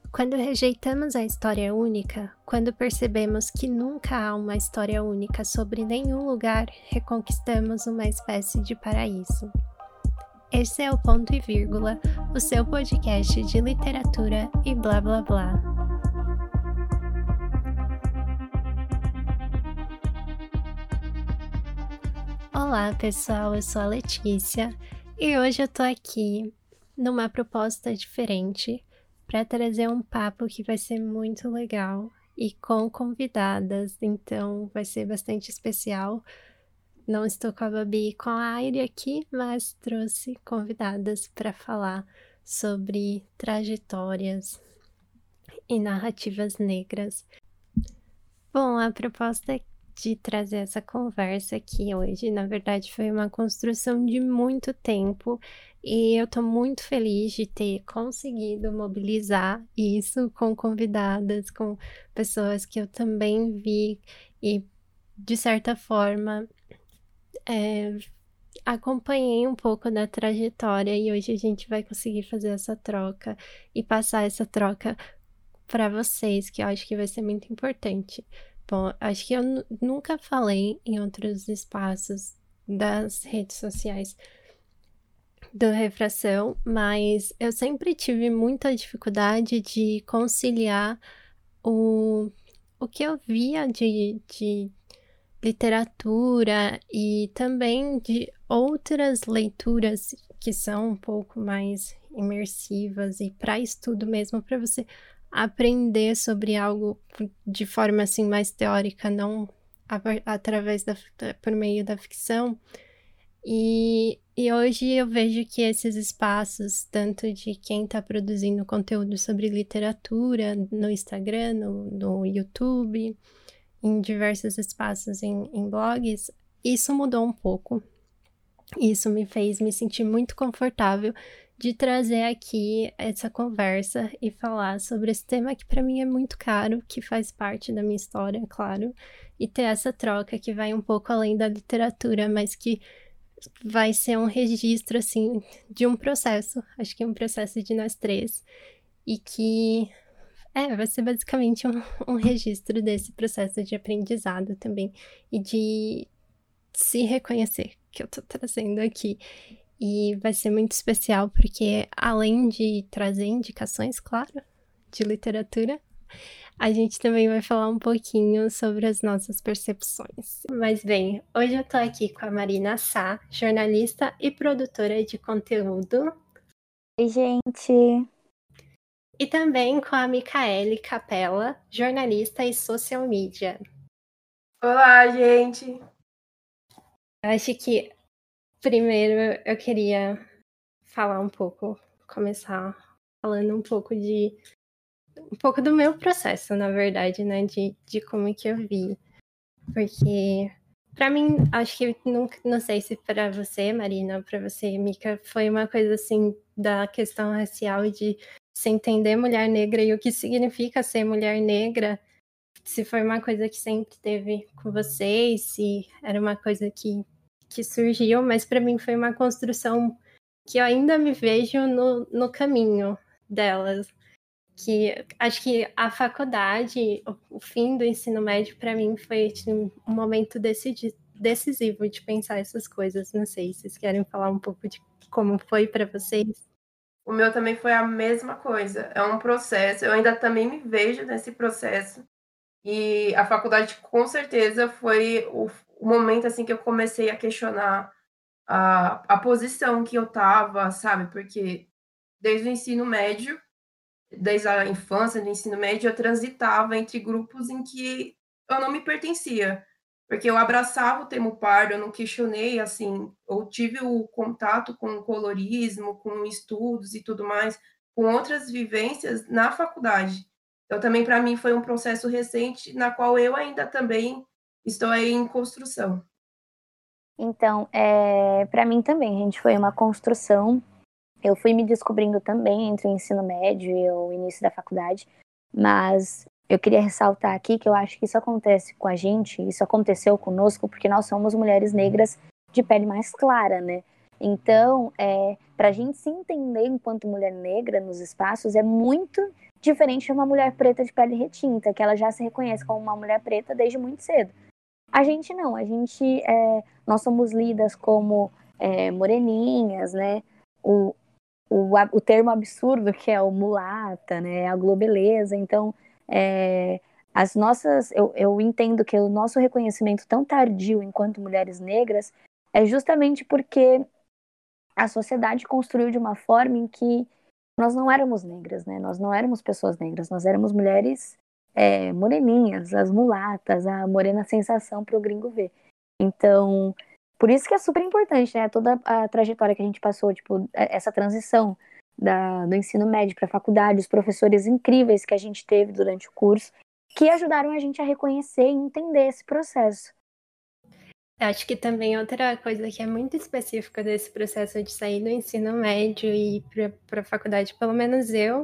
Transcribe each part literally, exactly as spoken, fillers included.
Quando rejeitamos a história única, quando percebemos que nunca há uma história única sobre nenhum lugar, reconquistamos uma espécie de paraíso. Esse é o Ponto e Vírgula, o seu podcast de literatura e blá blá blá. Olá pessoal, eu sou a Letícia e hoje eu tô aqui numa proposta diferente para trazer um papo que vai ser muito legal e com convidadas, então vai ser bastante especial. Não estou com a Babi e com a Aire aqui, mas trouxe convidadas para falar sobre trajetórias e narrativas negras. Bom, a proposta de trazer essa conversa aqui hoje, na verdade, foi uma construção de muito tempo e eu tô muito feliz de ter conseguido mobilizar isso com convidadas, com pessoas que eu também vi e, de certa forma, é, acompanhei um pouco da trajetória e hoje a gente vai conseguir fazer essa troca e passar essa troca para vocês, que eu acho que vai ser muito importante. Bom, acho que eu n- nunca falei em outros espaços das redes sociais do Refração, mas eu sempre tive muita dificuldade de conciliar o, o que eu via de, de literatura e também de outras leituras que são um pouco mais imersivas e para estudo mesmo, para você aprender sobre algo de forma assim mais teórica, não a- através da, por meio da ficção. E, e hoje eu vejo que esses espaços, tanto de quem está produzindo conteúdo sobre literatura no Instagram, no, no YouTube, em diversos espaços em, em blogs, isso mudou um pouco. Isso me fez me sentir muito confortável de trazer aqui essa conversa e falar sobre esse tema que para mim é muito caro, que faz parte da minha história, claro, e ter essa troca que vai um pouco além da literatura, mas que vai ser um registro, assim, de um processo, acho que é um processo de nós três, e que é, vai ser basicamente um, um registro desse processo de aprendizado também e de se reconhecer que eu tô trazendo aqui. E vai ser muito especial porque, além de trazer indicações, claro, de literatura, a gente também vai falar um pouquinho sobre as nossas percepções. Mas bem, hoje eu tô aqui com a Marina Sá, jornalista e produtora de conteúdo. Oi, gente! E também com a Micaele Capella, jornalista e social media. Olá, gente! Acho que primeiro eu queria falar um pouco, começar falando um pouco de um pouco do meu processo, na verdade, né, de, de como que eu vi, porque para mim, acho que nunca, não sei se para você, Marina, ou para você, Mica, foi uma coisa assim da questão racial e de se entender mulher negra e o que significa ser mulher negra, se foi uma coisa que sempre teve com vocês, se era uma coisa que, que surgiu, mas para mim foi uma construção que eu ainda me vejo no, no caminho delas. Que acho que a faculdade, o, o fim do ensino médio, para mim, foi assim, um momento decidi, decisivo de pensar essas coisas. Não sei se vocês querem falar um pouco de como foi para vocês. O meu também foi a mesma coisa. É um processo. Eu ainda também me vejo nesse processo. E a faculdade, com certeza, foi o, o momento assim que eu comecei a questionar a, a posição que eu estava, sabe? Porque desde o ensino médio, desde a infância, do ensino médio, eu transitava entre grupos em que eu não me pertencia. Porque eu abraçava o termo pardo, eu não questionei, assim, eu tive o contato com o colorismo, com estudos e tudo mais, com outras vivências na faculdade. Então, também, para mim, foi um processo recente, na qual eu ainda também estou aí em construção. Então, é, para mim também, gente, foi uma construção. Eu fui me descobrindo também entre o ensino médio e o início da faculdade, mas eu queria ressaltar aqui que eu acho que isso acontece com a gente, isso aconteceu conosco porque nós somos mulheres negras de pele mais clara, né? Então, é, para a gente se entender enquanto mulher negra nos espaços é muito diferente de uma mulher preta de pele retinta, que ela já se reconhece como uma mulher preta desde muito cedo. A gente não, a gente, é, nós somos lidas como é, moreninhas, né? O, o, o termo absurdo que é o mulata, né? A globeleza. Então, é, as nossas, eu, eu entendo que o nosso reconhecimento tão tardio enquanto mulheres negras é justamente porque a sociedade construiu de uma forma em que nós não éramos negras, né? Nós não éramos pessoas negras, nós éramos mulheres é, moreninhas, as mulatas, a morena sensação para o gringo ver. Então, por isso que é super importante, né? Toda a trajetória que a gente passou, tipo, essa transição da, do ensino médio para a faculdade, os professores incríveis que a gente teve durante o curso, que ajudaram a gente a reconhecer e entender esse processo. Eu acho que também outra coisa que é muito específica desse processo de sair do ensino médio e ir para a faculdade, pelo menos eu,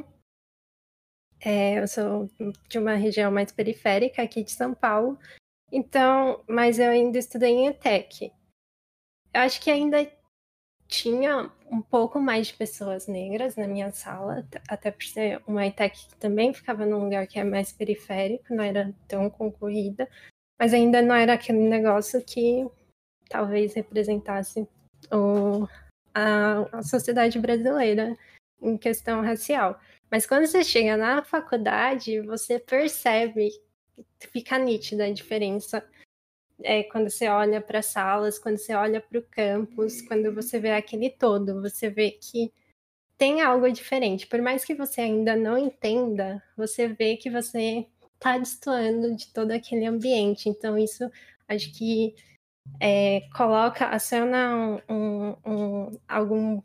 é, eu sou de uma região mais periférica aqui de São Paulo, então, mas eu ainda estudei em ETEC. Eu acho que ainda tinha um pouco mais de pessoas negras na minha sala, até por ser uma ETEC que também ficava num lugar que é mais periférico, não era tão concorrida, mas ainda não era aquele negócio que talvez representasse o, a, a sociedade brasileira em questão racial. Mas quando você chega na faculdade, você percebe, fica nítida a diferença. É, quando você olha para as salas, quando você olha para o campus, quando você vê aquele todo, você vê que tem algo diferente. Por mais que você ainda não entenda, você vê que você está destoando de todo aquele ambiente. Então, isso acho que é, coloca, aciona um, um, um, algum,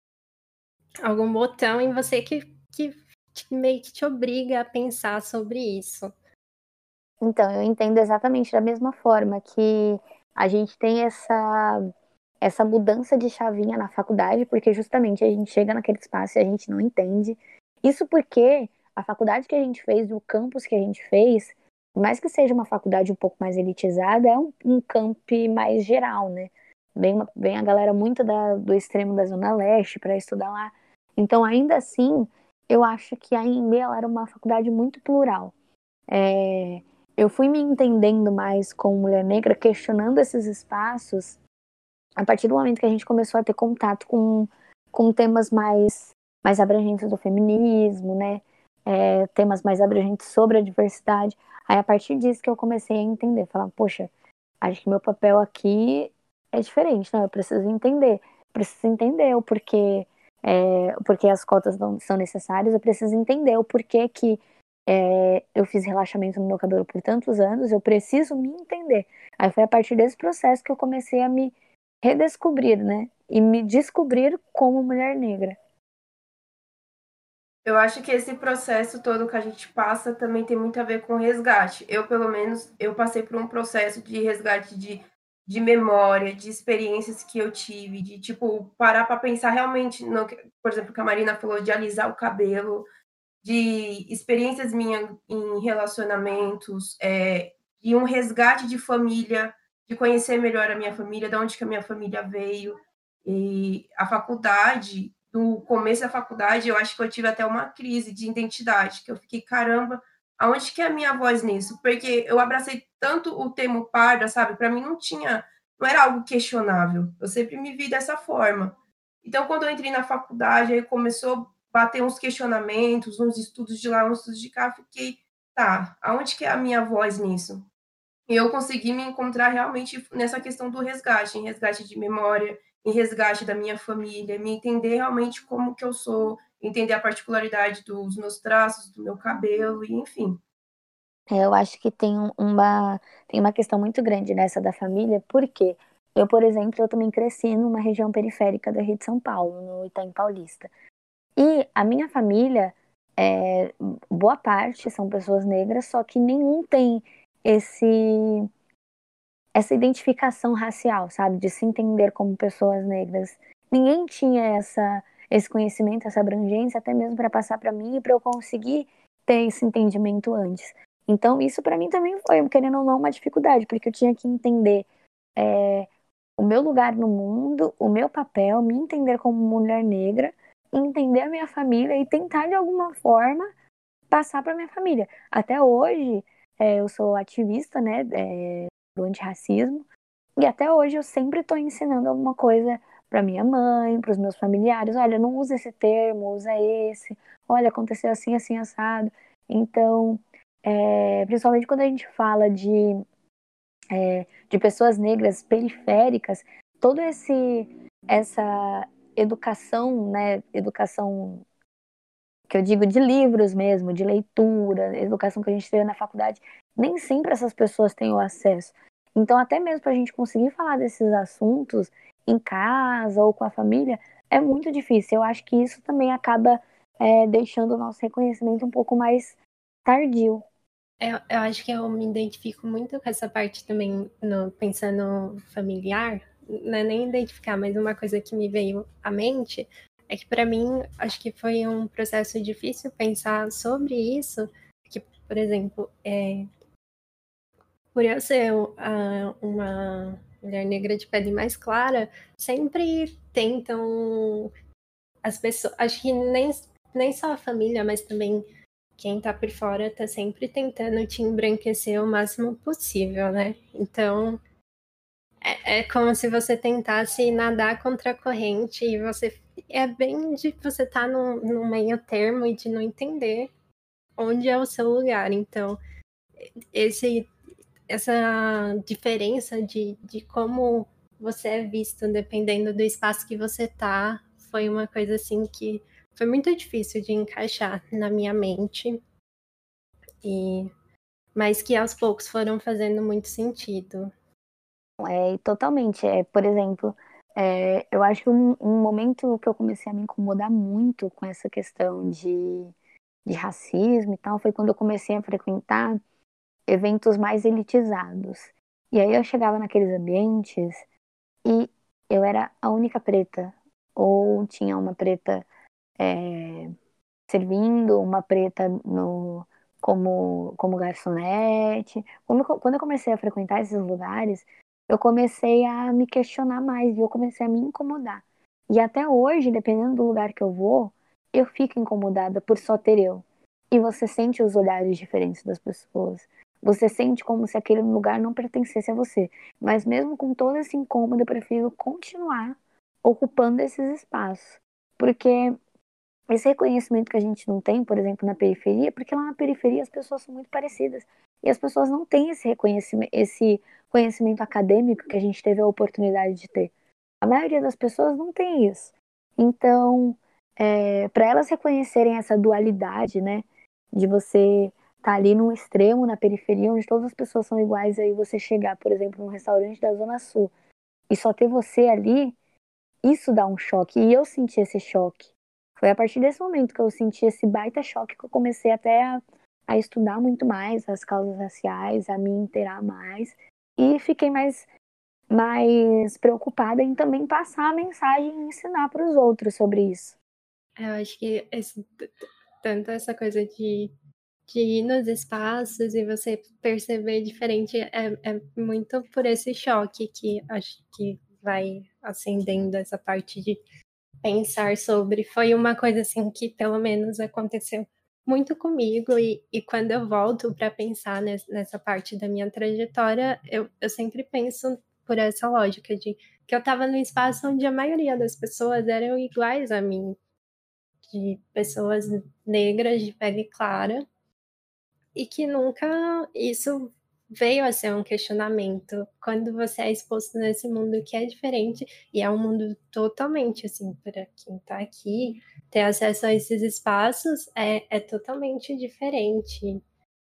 algum botão em você que, que, que meio que te obriga a pensar sobre isso. Então, eu entendo exatamente da mesma forma que a gente tem essa, essa mudança de chavinha na faculdade, porque justamente a gente chega naquele espaço e a gente não entende. Isso porque a faculdade que a gente fez, o campus que a gente fez, por mais que seja uma faculdade um pouco mais elitizada, é um, um camp mais geral, né? Vem, uma, vem a galera muito da, do extremo da Zona Leste para estudar lá. Então, ainda assim, eu acho que a AMB ela era uma faculdade muito plural. É, eu fui me entendendo mais como mulher negra, questionando esses espaços a partir do momento que a gente começou a ter contato com, com temas mais, mais abrangentes do feminismo, né? É, temas mais abrangentes sobre a diversidade. Aí, a partir disso que eu comecei a entender, falar, poxa, acho que meu papel aqui é diferente, né? Eu preciso entender, preciso entender o porquê, é, o porquê as cotas não são necessárias, eu preciso entender o porquê que é, eu fiz relaxamento no meu cabelo por tantos anos, eu preciso me entender. Aí foi a partir desse processo que eu comecei a me redescobrir, né? E me descobrir como mulher negra. Eu acho que esse processo todo que a gente passa também tem muito a ver com resgate. Eu, pelo menos, eu passei por um processo de resgate de, de memória, de experiências que eu tive, de, tipo, parar para pensar realmente, no, por exemplo, que a Marina falou de alisar o cabelo, de experiências minhas em relacionamentos, é, de um resgate de família, de conhecer melhor a minha família, de onde que a minha família veio. E a faculdade, do começo da faculdade, eu acho que eu tive até uma crise de identidade, que eu fiquei, caramba, aonde que é a minha voz nisso? Porque eu abracei tanto o termo parda, sabe? Para mim não tinha, não era algo questionável. Eu sempre me vi dessa forma. Então, quando eu entrei na faculdade, aí começou a bater uns questionamentos, uns estudos de lá, uns estudos de cá, eu fiquei, tá, aonde que é a minha voz nisso? E eu consegui me encontrar realmente nessa questão do resgate, em resgate de memória, em resgate da minha família, me entender realmente como que eu sou, entender a particularidade dos meus traços, do meu cabelo, e enfim. É, eu acho que tem uma, tem uma questão muito grande nessa da família, porque eu, por exemplo, eu também cresci numa região periférica do Rio de São Paulo, no Itaim Paulista. E a minha família, é, boa parte são pessoas negras, só que nenhum tem esse essa identificação racial, sabe? De se entender como pessoas negras. Ninguém tinha essa, esse conhecimento, essa abrangência, até mesmo para passar para mim e para eu conseguir ter esse entendimento antes. Então, isso para mim também foi, querendo ou não, uma dificuldade, porque eu tinha que entender é, o meu lugar no mundo, o meu papel, me entender como mulher negra, entender a minha família e tentar, de alguma forma, passar para minha família. Até hoje, é, eu sou ativista, né, é, do antirracismo, e até hoje eu sempre estou ensinando alguma coisa para minha mãe, para os meus familiares. Olha, não usa esse termo, usa esse. Olha, aconteceu assim, assim, assado. Então, é, principalmente quando a gente fala de, é, de pessoas negras periféricas, todo esse essa educação, né, educação que eu digo de livros mesmo, de leitura, educação que a gente teve na faculdade, nem sempre essas pessoas têm o acesso. Então, até mesmo para a gente conseguir falar desses assuntos em casa ou com a família, é muito difícil. Eu acho que isso também acaba é, deixando o nosso reconhecimento um pouco mais tardio. Eu, eu acho que eu me identifico muito com essa parte também, no, pensando familiar, não é nem identificar, mas uma coisa que me veio à mente é que, para mim, acho que foi um processo difícil pensar sobre isso, que, por exemplo, é, por eu ser uh, uma mulher negra de pele mais clara, sempre tentam as pessoas, acho que nem, nem só a família, mas também quem tá por fora tá sempre tentando te embranquecer o máximo possível, né? Então, é, é como se você tentasse nadar contra a corrente e você... É bem de você tá no, no meio termo e de não entender onde é o seu lugar. Então, esse, essa diferença de, de como você é visto, dependendo do espaço que você tá, foi uma coisa assim que foi muito difícil de encaixar na minha mente. E, mas que aos poucos foram fazendo muito sentido. É, totalmente. É, por exemplo, é, eu acho que um, um momento que eu comecei a me incomodar muito com essa questão de, de racismo e tal foi quando eu comecei a frequentar eventos mais elitizados. E aí eu chegava naqueles ambientes e eu era a única preta. Ou tinha uma preta é, servindo, uma preta no, como, como garçonete. Quando, quando eu comecei a frequentar esses lugares, eu comecei a me questionar mais e eu comecei a me incomodar. E até hoje, dependendo do lugar que eu vou, eu fico incomodada por só ter eu. E você sente os olhares diferentes das pessoas. Você sente como se aquele lugar não pertencesse a você. Mas mesmo com todo esse incômodo, eu prefiro continuar ocupando esses espaços. Porque esse reconhecimento que a gente não tem, por exemplo, na periferia, porque lá na periferia as pessoas são muito parecidas. E as pessoas não têm esse reconhecimento, esse conhecimento acadêmico que a gente teve a oportunidade de ter. A maioria das pessoas não tem isso. Então, é, para elas reconhecerem essa dualidade, né, de você estar tá ali num extremo, na periferia, onde todas as pessoas são iguais, aí você chegar, por exemplo, num restaurante da Zona Sul e só ter você ali, isso dá um choque. E eu senti esse choque. Foi a partir desse momento que eu senti esse baita choque que eu comecei até a, a estudar muito mais as causas raciais, a me inteirar mais. E fiquei mais, mais preocupada em também passar a mensagem e ensinar para os outros sobre isso. Eu acho que esse, tanto essa coisa de, de ir nos espaços e você perceber diferente é, é muito por esse choque que acho que vai acendendo essa parte de pensar sobre. Foi uma coisa assim que pelo menos aconteceu muito comigo e, e quando eu volto para pensar nessa, nessa parte da minha trajetória, eu, eu sempre penso por essa lógica de que eu estava num espaço onde a maioria das pessoas eram iguais a mim, de pessoas negras de pele clara, e que nunca isso veio a ser um questionamento quando você é exposto nesse mundo que é diferente e é um mundo totalmente assim, para quem está aqui, ter acesso a esses espaços é, é totalmente diferente.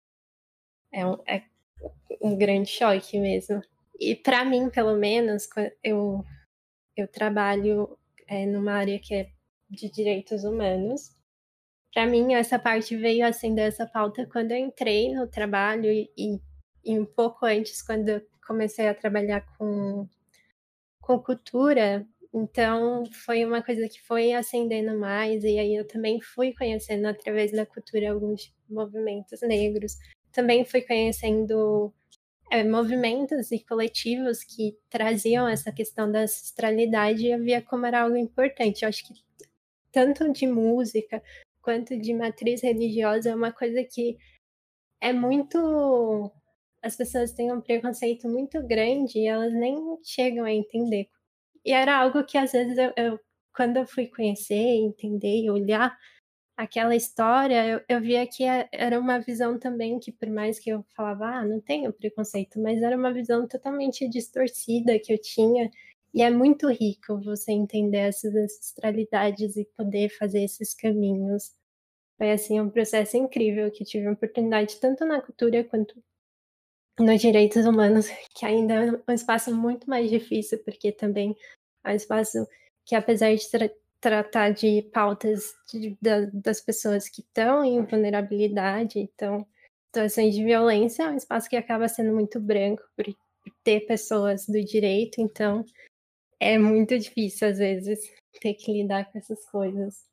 É um, é um grande choque mesmo. E para mim, pelo menos, eu, eu trabalho é, numa área que é de direitos humanos. Para mim, essa parte veio acender essa pauta quando eu entrei no trabalho e, e, e um pouco antes, quando eu comecei a trabalhar com, com cultura. Então, foi uma coisa que foi acendendo mais, e aí eu também fui conhecendo, através da cultura, alguns movimentos negros. Também fui conhecendo é, movimentos e coletivos que traziam essa questão da ancestralidade e eu via como era algo importante. Eu acho que tanto de música quanto de matriz religiosa é uma coisa que é muito... As pessoas têm um preconceito muito grande e elas nem chegam a entender. E era algo que, às vezes, eu, eu quando eu fui conhecer, entender e olhar aquela história, eu, eu via que era uma visão também que, por mais que eu falava, ah, não tenho preconceito, mas era uma visão totalmente distorcida que eu tinha. E é muito rico você entender essas ancestralidades e poder fazer esses caminhos. Foi, assim, um processo incrível que tive a oportunidade, tanto na cultura quanto nos direitos humanos, que ainda é um espaço muito mais difícil, porque também é um espaço que, apesar de tra tratar de pautas de, da, das pessoas que estão em vulnerabilidade, então, situações de violência, é um espaço que acaba sendo muito branco, por ter pessoas do direito, então é muito difícil, às vezes, ter que lidar com essas coisas.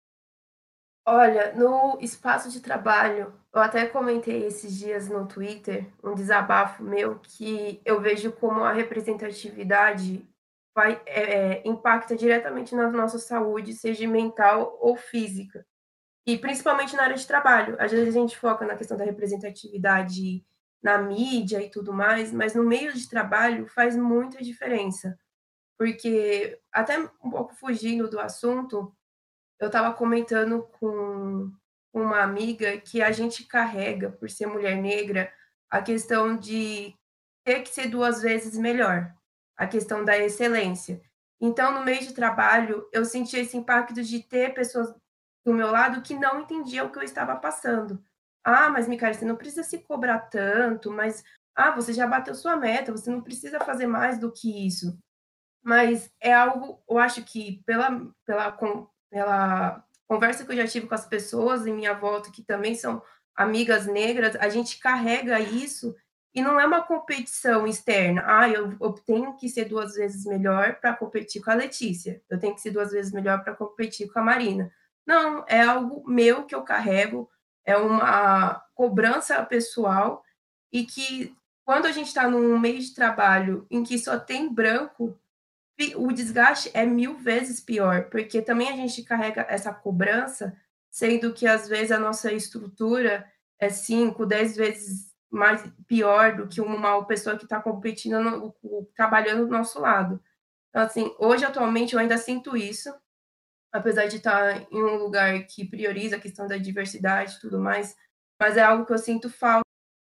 Olha, no espaço de trabalho, eu até comentei esses dias no Twitter, um desabafo meu, que eu vejo como a representatividade vai, é, impacta diretamente na nossa saúde, seja mental ou física. E principalmente na área de trabalho. Às vezes a gente foca na questão da representatividade na mídia e tudo mais, mas no meio de trabalho faz muita diferença. Porque, até um pouco fugindo do assunto, eu estava comentando com uma amiga que a gente carrega, por ser mulher negra, a questão de ter que ser duas vezes melhor, a questão da excelência. Então, no meio de trabalho, eu senti esse impacto de ter pessoas do meu lado que não entendiam o que eu estava passando. Ah, mas Micaela, você não precisa se cobrar tanto, mas ah, você já bateu sua meta, você não precisa fazer mais do que isso. Mas é algo, eu acho que pela, pela, com, pela conversa que eu já tive com as pessoas em minha volta, que também são amigas negras, a gente carrega isso e não é uma competição externa. Ah, eu, eu tenho que ser duas vezes melhor para competir com a Letícia. Eu tenho que ser duas vezes melhor para competir com a Marina. Não, é algo meu que eu carrego, é uma cobrança pessoal e que quando a gente está num meio de trabalho em que só tem branco, o desgaste é mil vezes pior, porque também a gente carrega essa cobrança, sendo que às vezes a nossa estrutura é cinco, dez vezes mais pior do que uma pessoa que está competindo, no, trabalhando do nosso lado. Então, assim, hoje, atualmente, eu ainda sinto isso, apesar de estar em um lugar que prioriza a questão da diversidade e tudo mais, mas é algo que eu sinto falta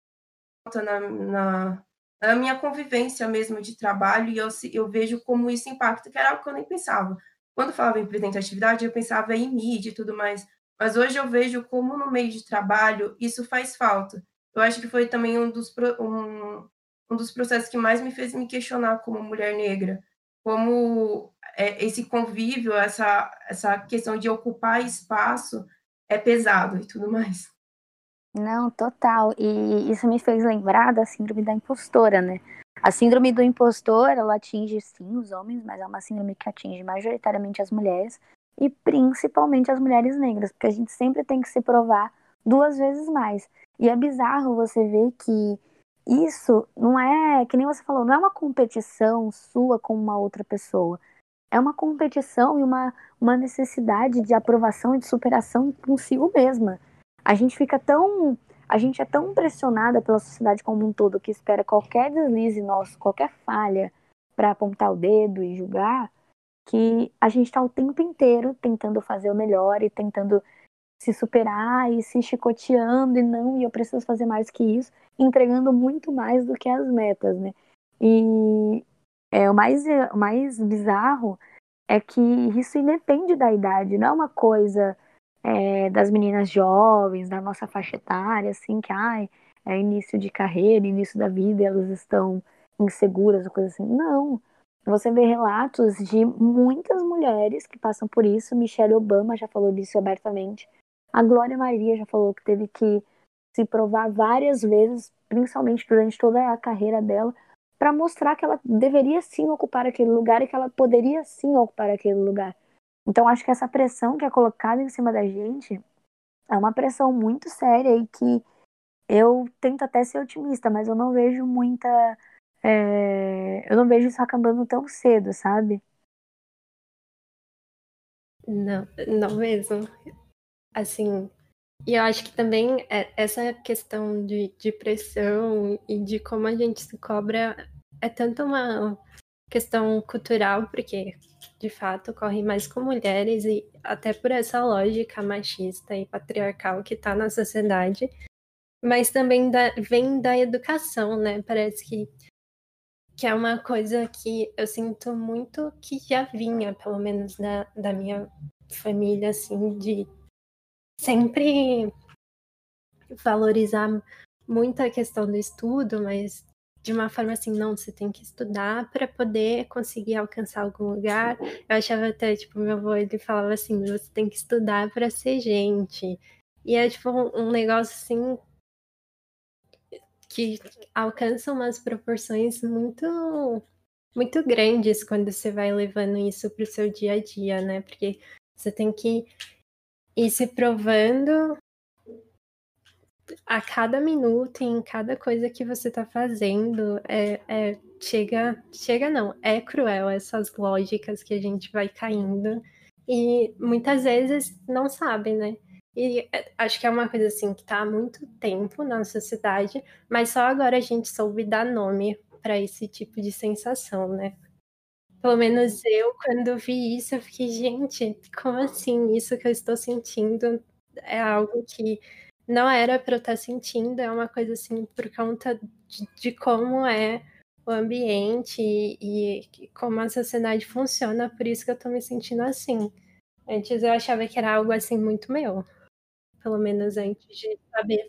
na, na, na minha convivência mesmo de trabalho, e eu, eu vejo como isso impacta, que era algo que eu nem pensava. Quando eu falava em representatividade, eu pensava em mídia e tudo mais, mas hoje eu vejo como no meio de trabalho isso faz falta. Eu acho que foi também um dos, um, um dos processos que mais me fez me questionar como mulher negra, como é, esse convívio, essa, essa questão de ocupar espaço é pesado e tudo mais. Não, total. E isso me fez lembrar da síndrome da impostora, né? A síndrome do impostor, ela atinge sim os homens, mas é uma síndrome que atinge majoritariamente as mulheres e principalmente as mulheres negras, porque a gente sempre tem que se provar duas vezes mais. E é bizarro você ver que isso não é, que nem você falou, não é uma competição sua com uma outra pessoa. É uma competição e uma, uma necessidade de aprovação e de superação consigo mesma. A gente fica tão. A gente é tão pressionada pela sociedade como um todo que espera qualquer deslize nosso, qualquer falha, para apontar o dedo e julgar, que a gente está o tempo inteiro tentando fazer o melhor e tentando se superar e se chicoteando e não, e eu preciso fazer mais que isso, entregando muito mais do que as metas, né? E é, o mais, o mais bizarro é que isso independe da idade, não é uma coisa é, das meninas jovens, da nossa faixa etária, assim, que ai, é início de carreira, início da vida, e elas estão inseguras, ou coisa assim. Não. Você vê relatos de muitas mulheres que passam por isso. Michelle Obama já falou disso abertamente. A Glória Maria já falou que teve que se provar várias vezes, principalmente durante toda a carreira dela, para mostrar que ela deveria sim ocupar aquele lugar e que ela poderia sim ocupar aquele lugar. Então, acho que essa pressão que é colocada em cima da gente é uma pressão muito séria e que eu tento até ser otimista, mas eu não vejo muita. É, eu não vejo isso acabando tão cedo, sabe? Não, não mesmo. Assim, e eu acho que também é- essa questão de, de pressão e de como a gente se cobra é tanto uma questão cultural, porque de fato ocorre mais com mulheres e até por essa lógica machista e patriarcal que está na sociedade, mas também da- vem da educação, né? Parece que, que é uma coisa que eu sinto muito que já vinha, pelo menos da, da minha família, assim, de sempre valorizar muito a questão do estudo, mas de uma forma assim, não, você tem que estudar para poder conseguir alcançar algum lugar. Eu achava até, tipo, meu avô, ele falava assim, você tem que estudar para ser gente. E é, tipo, um, um negócio, assim, que alcança umas proporções muito, muito grandes quando você vai levando isso para o seu dia a dia, né? Porque você tem que ir se provando a cada minuto, em cada coisa que você tá fazendo, é, é, chega, chega não, é cruel essas lógicas que a gente vai caindo e muitas vezes não sabe, né? E é, acho que é uma coisa assim que tá há muito tempo na sociedade, mas só agora a gente soube dar nome para esse tipo de sensação, né? Pelo menos eu, quando vi isso, eu fiquei, gente, como assim? Isso que eu estou sentindo é algo que não era para eu estar sentindo, é uma coisa assim por conta de, de como é o ambiente e, e como a sociedade funciona, por isso que eu tô me sentindo assim. Antes eu achava que era algo assim muito meu, pelo menos antes de saber.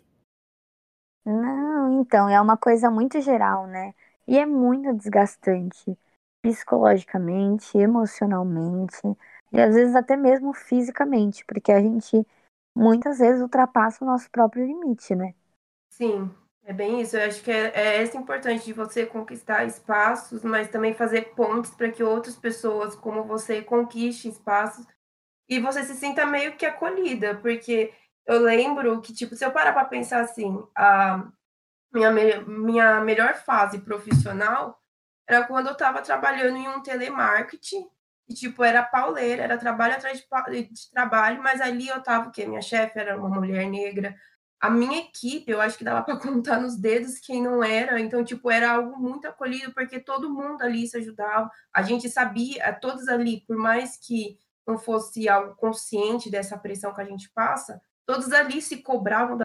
Não, então, é uma coisa muito geral, né? E é muito desgastante psicologicamente, emocionalmente e às vezes até mesmo fisicamente, porque a gente muitas vezes ultrapassa o nosso próprio limite, né? Sim, é bem isso. Eu acho que é, é essa importante de você conquistar espaços, mas também fazer pontes para que outras pessoas como você conquistem espaços e você se sinta meio que acolhida, porque eu lembro que, tipo, se eu parar para pensar assim, a minha, me- minha melhor fase profissional era quando eu estava trabalhando em um telemarketing, e, tipo, era pauleira, era trabalho atrás de, pa- de trabalho, mas ali eu tava, o quê? Minha chefe era uma mulher negra. A minha equipe, eu acho que dava para contar nos dedos quem não era, então, tipo, era algo muito acolhido, porque todo mundo ali se ajudava, a gente sabia, todos ali, por mais que não fosse algo consciente dessa pressão que a gente passa, todos ali se cobravam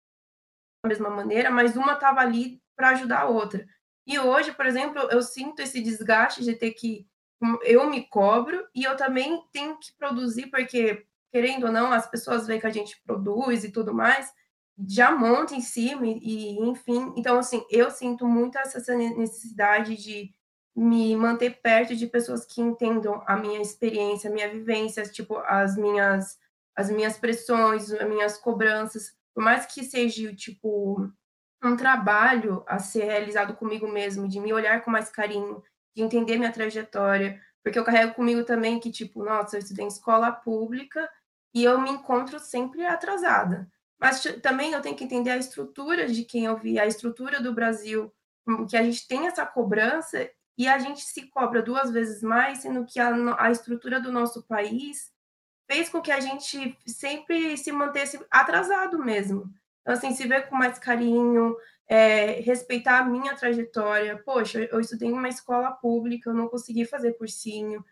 mesma maneira, mas uma estava ali para ajudar a outra. E hoje, por exemplo, eu sinto esse desgaste de ter que eu me cobro e eu também tenho que produzir, porque, querendo ou não, as pessoas veem que a gente produz e tudo mais, já monta em cima e, e enfim. Então, assim, eu sinto muito essa necessidade de me manter perto de pessoas que entendam a minha experiência, a minha vivência, tipo, as minhas, as minhas pressões, as minhas cobranças, por mais que seja, tipo, um trabalho a ser realizado comigo mesmo, de me olhar com mais carinho, de entender minha trajetória, porque eu carrego comigo também que, tipo, nossa, eu estudei em escola pública e eu me encontro sempre atrasada. Mas também eu tenho que entender a estrutura de quem eu vi, a estrutura do Brasil, que a gente tem essa cobrança e a gente se cobra duas vezes mais, sendo que a, a estrutura do nosso país fez com que a gente sempre se mantesse atrasado mesmo. Então, assim, se ver com mais carinho, é, respeitar a minha trajetória. Poxa, eu estudei em uma escola pública, eu não consegui fazer cursinho,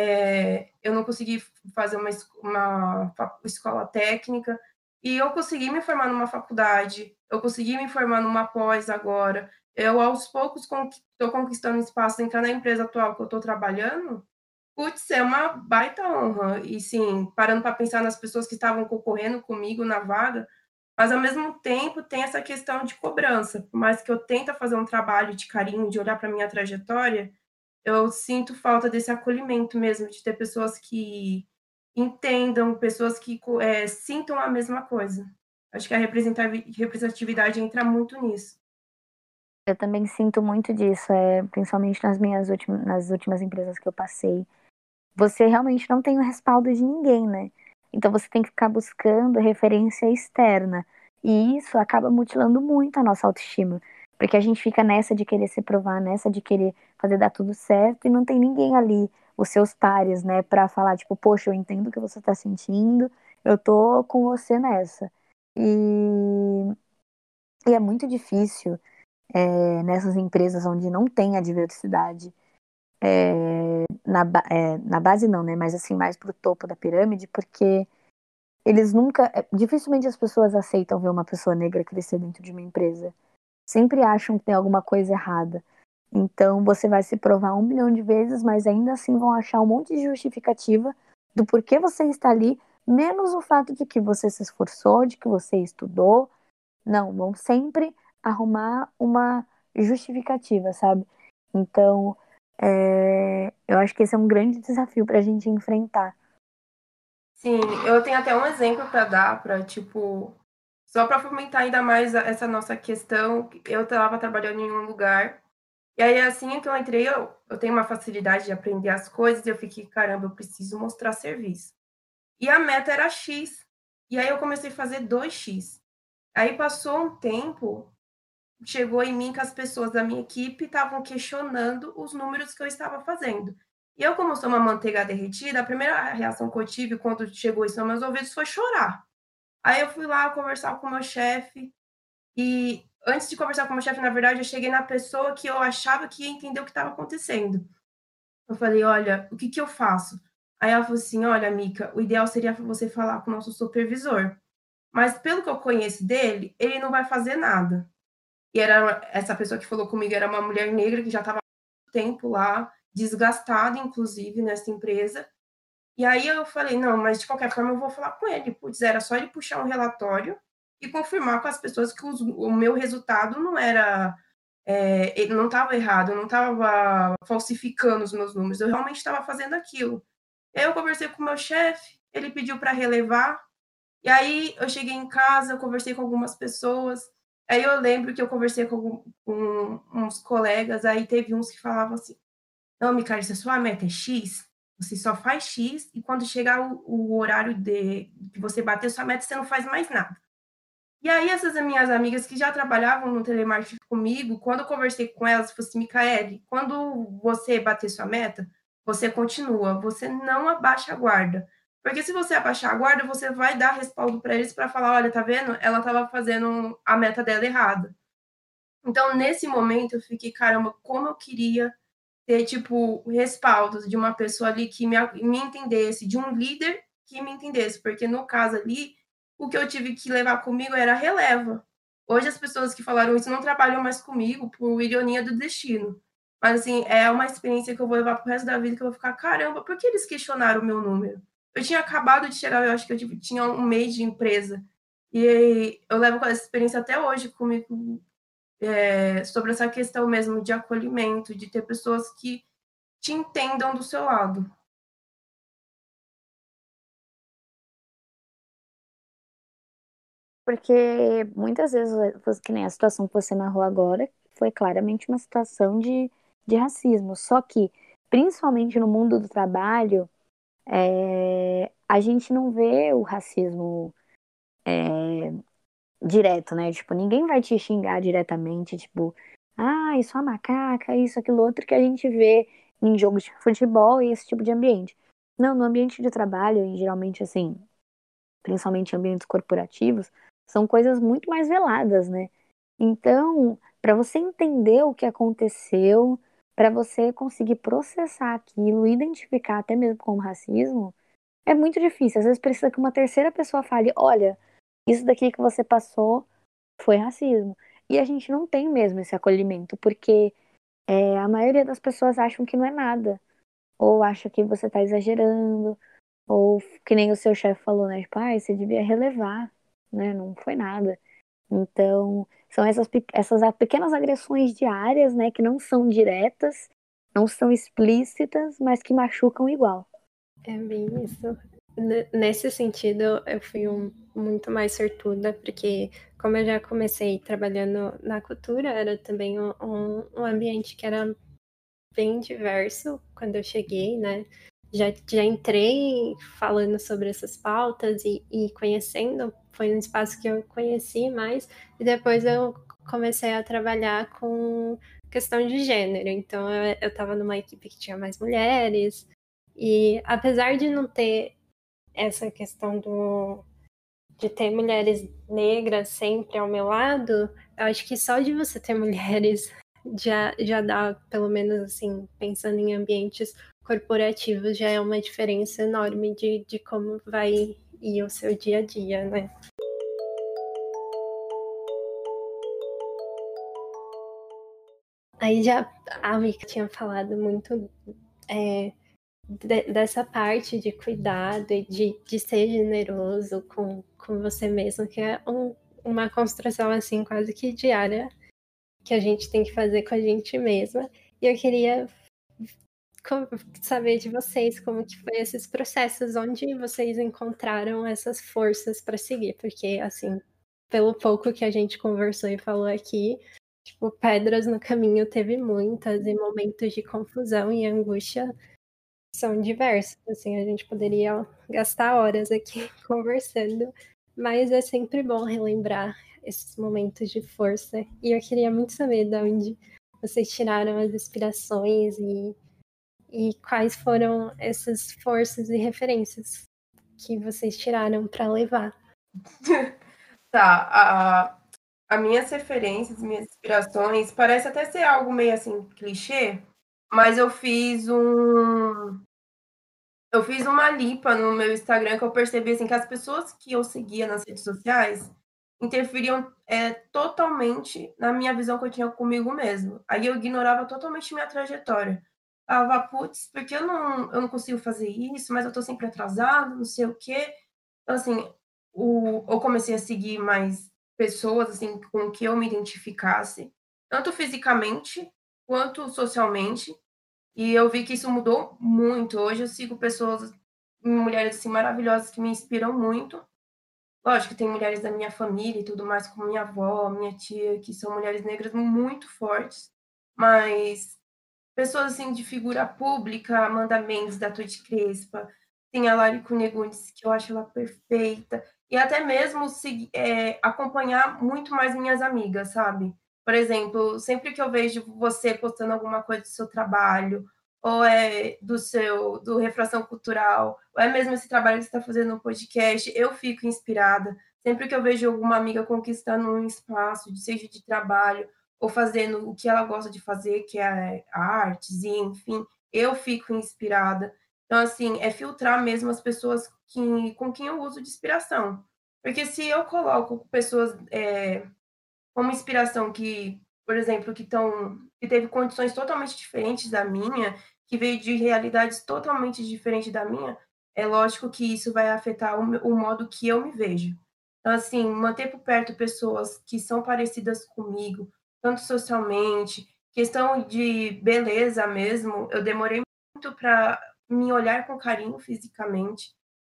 é, eu não consegui fazer uma, uma escola técnica, e eu consegui me formar numa faculdade, eu consegui me formar numa pós agora. Eu, aos poucos, estou conquistando espaço, entrar na empresa atual que eu estou trabalhando, putz, é uma baita honra. E sim, parando para pensar nas pessoas que estavam concorrendo comigo na vaga, mas ao mesmo tempo tem essa questão de cobrança. Por mais que eu tente fazer um trabalho de carinho, de olhar para minha trajetória, eu sinto falta desse acolhimento mesmo, de ter pessoas que entendam, pessoas que é, sintam a mesma coisa. Acho que a representatividade entra muito nisso. Eu também sinto muito disso, é, principalmente nas minhas últimas, nas últimas empresas que eu passei. Você realmente não tem o respaldo de ninguém, né? Então você tem que ficar buscando referência externa. E isso acaba mutilando muito a nossa autoestima. Porque a gente fica nessa de querer se provar, nessa de querer fazer dar tudo certo e não tem ninguém ali, os seus pares, né, pra falar, tipo, poxa, eu entendo o que você tá sentindo Eu tô com você nessa. E, e é muito difícil é, nessas empresas onde não tem a diversidade, é, na, é, na base não, né? Mas assim, mais pro topo da pirâmide, porque eles nunca. é, Dificilmente as pessoas aceitam ver uma pessoa negra crescer dentro de uma empresa. Sempre acham que tem alguma coisa errada. Então você vai se provar um milhão de vezes, mas ainda assim vão achar um monte de justificativa do porquê você está ali, menos o fato de que você se esforçou, de que você estudou. Não, vão sempre arrumar uma justificativa, sabe? Então, é, eu acho que esse é um grande desafio para a gente enfrentar. Sim, eu tenho até um exemplo para dar, para tipo, só para fomentar ainda mais essa nossa questão. Eu estava trabalhando em um lugar, e aí assim que eu entrei, eu, eu tenho uma facilidade de aprender as coisas, e eu fiquei, caramba, eu preciso mostrar serviço. E a meta era X. E aí eu comecei a fazer dois x. Aí passou um tempo, chegou em mim que as pessoas da minha equipe estavam questionando os números que eu estava fazendo. E eu, como sou uma manteiga derretida, a primeira reação que eu tive quando chegou isso nos meus ouvidos foi chorar. Aí eu fui lá conversar com o meu chefe, e antes de conversar com o meu chefe, na verdade, eu cheguei na pessoa que eu achava que ia entender o que estava acontecendo. Eu falei, olha, o que, que eu faço? Aí ela falou assim, olha, Mica, o ideal seria você falar com o nosso supervisor. Mas pelo que eu conheço dele, ele não vai fazer nada. E era essa pessoa que falou comigo era uma mulher negra que já estava há muito tempo lá, desgastada, inclusive, nessa empresa. E aí eu falei, não, mas de qualquer forma eu vou falar com ele. Putz, era só ele puxar um relatório e confirmar com as pessoas que os, o meu resultado não era... É, ele não estava errado, eu não estava falsificando os meus números, eu realmente estava fazendo aquilo. E aí eu conversei com o meu chefe, ele pediu para relevar, e aí eu cheguei em casa, eu conversei com algumas pessoas, aí eu lembro que eu conversei com, algum, com uns colegas, aí teve uns que falavam assim, não, Micael, se a sua meta é X, você só faz X, e quando chegar o, o horário de que você bater sua meta, você não faz mais nada. E aí essas minhas amigas que já trabalhavam no telemarketing comigo, quando eu conversei com elas, eu falei assim, Micaele, quando você bater sua meta, você continua, você não abaixa a guarda. Porque se você abaixar a guarda, você vai dar respaldo para eles para falar, olha, tá vendo? Ela estava fazendo a meta dela errada. Então, nesse momento, eu fiquei, caramba, como eu queria ter, tipo, respaldos de uma pessoa ali que me, me entendesse, de um líder que me entendesse, porque no caso ali, o que eu tive que levar comigo era a releva. Hoje as pessoas que falaram isso não trabalham mais comigo por ironia do destino. Mas, assim, é uma experiência que eu vou levar pro resto da vida, que eu vou ficar, caramba, por que eles questionaram o meu número? Eu tinha acabado de chegar, eu acho que eu tipo, tinha um mês de empresa. E eu levo essa experiência até hoje comigo, é, sobre essa questão mesmo de acolhimento, de ter pessoas que te entendam do seu lado. Porque muitas vezes, que nem a situação que você narrou agora, foi claramente uma situação de, de racismo. Só que, principalmente no mundo do trabalho, é, a gente não vê o racismo é, direto, né? Tipo, ninguém vai te xingar diretamente, tipo, ah, isso é uma macaca, isso, aquilo outro que a gente vê em jogos de futebol e esse tipo de ambiente. Não, no ambiente de trabalho, e geralmente assim, principalmente em ambientes corporativos, são coisas muito mais veladas, né? Então, para você entender o que aconteceu, para você conseguir processar aquilo, identificar até mesmo como racismo, é muito difícil. Às vezes precisa que uma terceira pessoa fale: olha, isso daqui que você passou foi racismo. E a gente não tem mesmo esse acolhimento, porque é, a maioria das pessoas acham que não é nada, ou acha que você está exagerando, ou que nem o seu chefe falou, né? Tipo, ah, você devia relevar, né? Não foi nada. Então, são essas, essas pequenas agressões diárias, né? Que não são diretas, não são explícitas, mas que machucam igual. É bem isso. Nesse sentido, eu fui um, muito mais sortuda, porque como eu já comecei trabalhando na cultura, era também um, um ambiente que era bem diverso quando eu cheguei, né? Já, já entrei falando sobre essas pautas e, e conhecendo, foi um espaço que eu conheci mais, e depois eu comecei a trabalhar com questão de gênero. Então eu estava numa equipe que tinha mais mulheres, e apesar de não ter essa questão do, de ter mulheres negras sempre ao meu lado, eu acho que só de você ter mulheres já, já dá, pelo menos assim, pensando em ambientes corporativos, já é uma diferença enorme de, de como vai ir o seu dia a dia, né? Aí já a Mika tinha falado muito é, de, dessa parte de cuidado e de, de ser generoso com, com você mesmo, que é um, uma construção assim quase que diária que a gente tem que fazer com a gente mesma. E eu queria saber de vocês como que foi esses processos, onde vocês encontraram essas forças para seguir, porque assim, pelo pouco que a gente conversou e falou aqui, tipo, pedras no caminho teve muitas, e momentos de confusão e angústia são diversos, assim, a gente poderia gastar horas aqui conversando, mas é sempre bom relembrar esses momentos de força, e eu queria muito saber de onde vocês tiraram as inspirações e, e quais foram essas forças e referências que vocês tiraram para levar. Tá, a, a minhas referências, minhas inspirações, parece até ser algo meio assim, clichê, mas eu fiz um. Eu fiz uma limpa no meu Instagram que eu percebi assim, que as pessoas que eu seguia nas redes sociais interferiam é, totalmente na minha visão que eu tinha comigo mesmo. Aí eu ignorava totalmente minha trajetória. Falava, putz, porque eu não, eu não consigo fazer isso, mas eu tô sempre atrasado, não sei o quê. Então, assim, o, eu comecei a seguir mais pessoas assim, com que eu me identificasse, tanto fisicamente quanto socialmente. E eu vi que isso mudou muito. Hoje eu sigo pessoas, mulheres assim, maravilhosas que me inspiram muito. Lógico que tem mulheres da minha família e tudo mais, como minha avó, minha tia, que são mulheres negras muito fortes. Mas pessoas assim de figura pública, Amanda Mendes, da Tuti Crespa, tem a Lari Cunegundes, que eu acho ela perfeita. E até mesmo se, é, acompanhar muito mais minhas amigas, sabe? Por exemplo, sempre que eu vejo você postando alguma coisa do seu trabalho, ou é do seu, do Refração Cultural, ou é mesmo esse trabalho que você está fazendo no podcast, eu fico inspirada. Sempre que eu vejo alguma amiga conquistando um espaço, seja de trabalho, ou fazendo o que ela gosta de fazer, que é artes, e enfim, eu fico inspirada. Então, assim, é filtrar mesmo as pessoas que, com quem eu uso de inspiração. Porque se eu coloco pessoas é, como inspiração que, por exemplo, que estão que teve condições totalmente diferentes da minha, que veio de realidades totalmente diferentes da minha, é lógico que isso vai afetar o, o modo que eu me vejo. Então, assim, manter por perto pessoas que são parecidas comigo, tanto socialmente, questão de beleza mesmo, eu demorei muito para me olhar com carinho fisicamente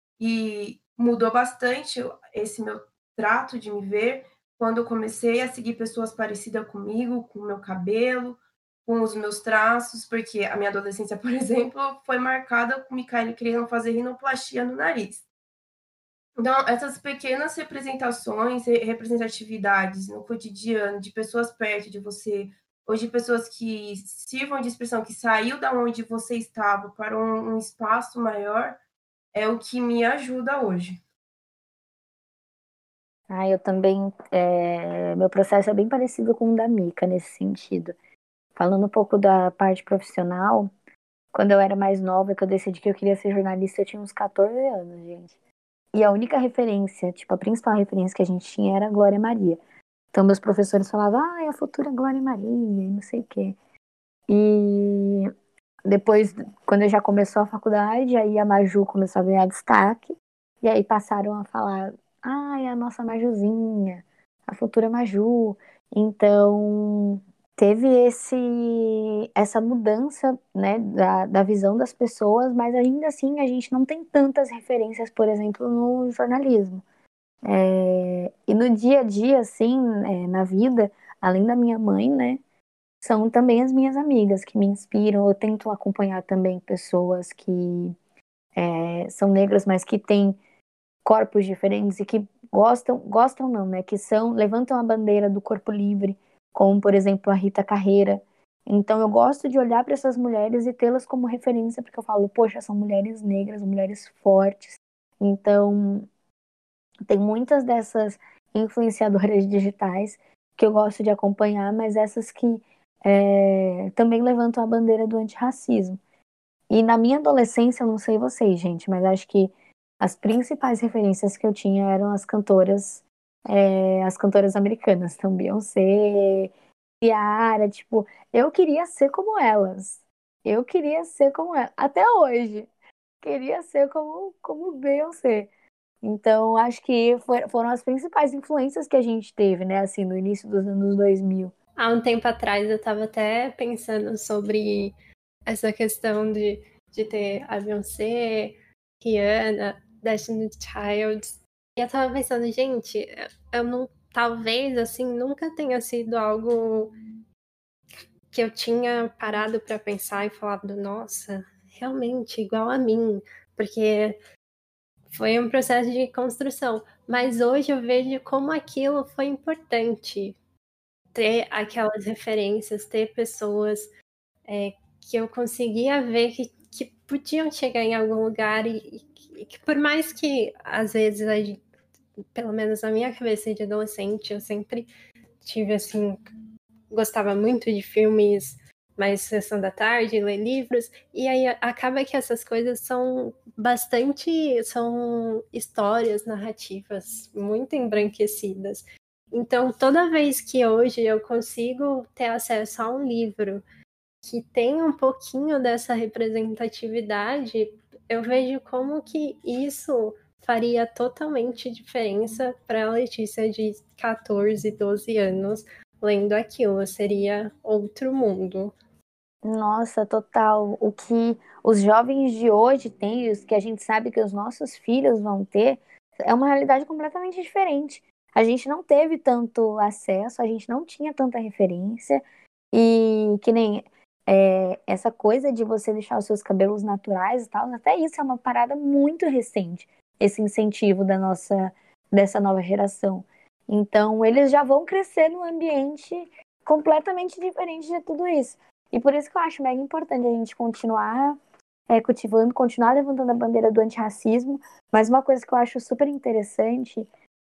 e mudou bastante esse meu trato de me ver quando eu comecei a seguir pessoas parecidas comigo, com o meu cabelo, com os meus traços, porque a minha adolescência, por exemplo, foi marcada com Micaele querendo fazer rinoplastia no nariz. Então, essas pequenas representações, representatividades no cotidiano, de pessoas perto de você, ou de pessoas que sirvam de expressão, que saiu da onde você estava para um, um espaço maior, é o que me ajuda hoje. Ah, eu também. É, meu processo é bem parecido com o da Mica nesse sentido. Falando um pouco da parte profissional, quando eu era mais nova, que eu decidi que eu queria ser jornalista, eu tinha uns catorze anos, gente. E a única referência, tipo, a principal referência que a gente tinha era a Glória Maria. Então, meus professores falavam, ah, é a futura Glória Maria, e não sei o quê. E depois, quando eu já começou a faculdade, aí a Maju começou a ganhar destaque. E aí passaram a falar, ah, é a nossa Majuzinha, a futura Maju. Então, teve esse, essa mudança, né, da, da visão das pessoas, mas ainda assim a gente não tem tantas referências, por exemplo, no jornalismo. É, e no dia a dia, assim, é, na vida, além da minha mãe, né, são também as minhas amigas que me inspiram. Eu tento acompanhar também pessoas que é, são negras, mas que têm corpos diferentes e que gostam, gostam não, né? Que são, levantam a bandeira do corpo livre, como por exemplo a Rita Carreira. Então eu gosto de olhar para essas mulheres e tê-las como referência, porque eu falo, poxa, são mulheres negras, mulheres fortes, Então, tem muitas dessas influenciadoras digitais que eu gosto de acompanhar, mas essas que é, também levantam a bandeira do antirracismo. E na minha adolescência, eu não sei vocês, gente, mas acho que as principais referências que eu tinha eram as cantoras, é, as cantoras americanas, então Beyoncé, Ciara, tipo, eu queria ser como elas. Eu queria ser como elas. Até hoje, queria ser como, como Beyoncé. Então, acho que for- foram as principais influências que a gente teve, né, assim, no início dos anos dois mil. Há um tempo atrás eu estava até pensando sobre essa questão de, de ter a Beyoncé, Rihanna, Destiny's Child. E eu tava pensando, gente, eu não, talvez assim nunca tenha sido algo que eu tinha parado para pensar e falado, nossa, realmente igual a mim, porque foi um processo de construção. Mas hoje eu vejo como aquilo foi importante, ter aquelas referências, ter pessoas é, que eu conseguia ver que, que podiam chegar em algum lugar e, e que por mais que às vezes, a gente, pelo menos na minha cabeça de adolescente, eu sempre tive assim, gostava muito de filmes mais sessão da tarde, ler livros, e aí acaba que essas coisas são bastante, são histórias, narrativas muito embranquecidas. Então, toda vez que hoje eu consigo ter acesso a um livro que tem um pouquinho dessa representatividade, eu vejo como que isso faria totalmente diferença para a Letícia de catorze, doze anos lendo aquilo. Seria outro mundo. Nossa, total. O que os jovens de hoje têm, os que a gente sabe que os nossos filhos vão ter, é uma realidade completamente diferente. A gente não teve tanto acesso, a gente não tinha tanta referência, e que nem é, essa coisa de você deixar os seus cabelos naturais e tal, até isso é uma parada muito recente, esse incentivo da nossa, dessa nova geração. Então, eles já vão crescer num ambiente completamente diferente de tudo isso. E por isso que eu acho mega importante a gente continuar é, cultivando, continuar levantando a bandeira do antirracismo. Mas uma coisa que eu acho super interessante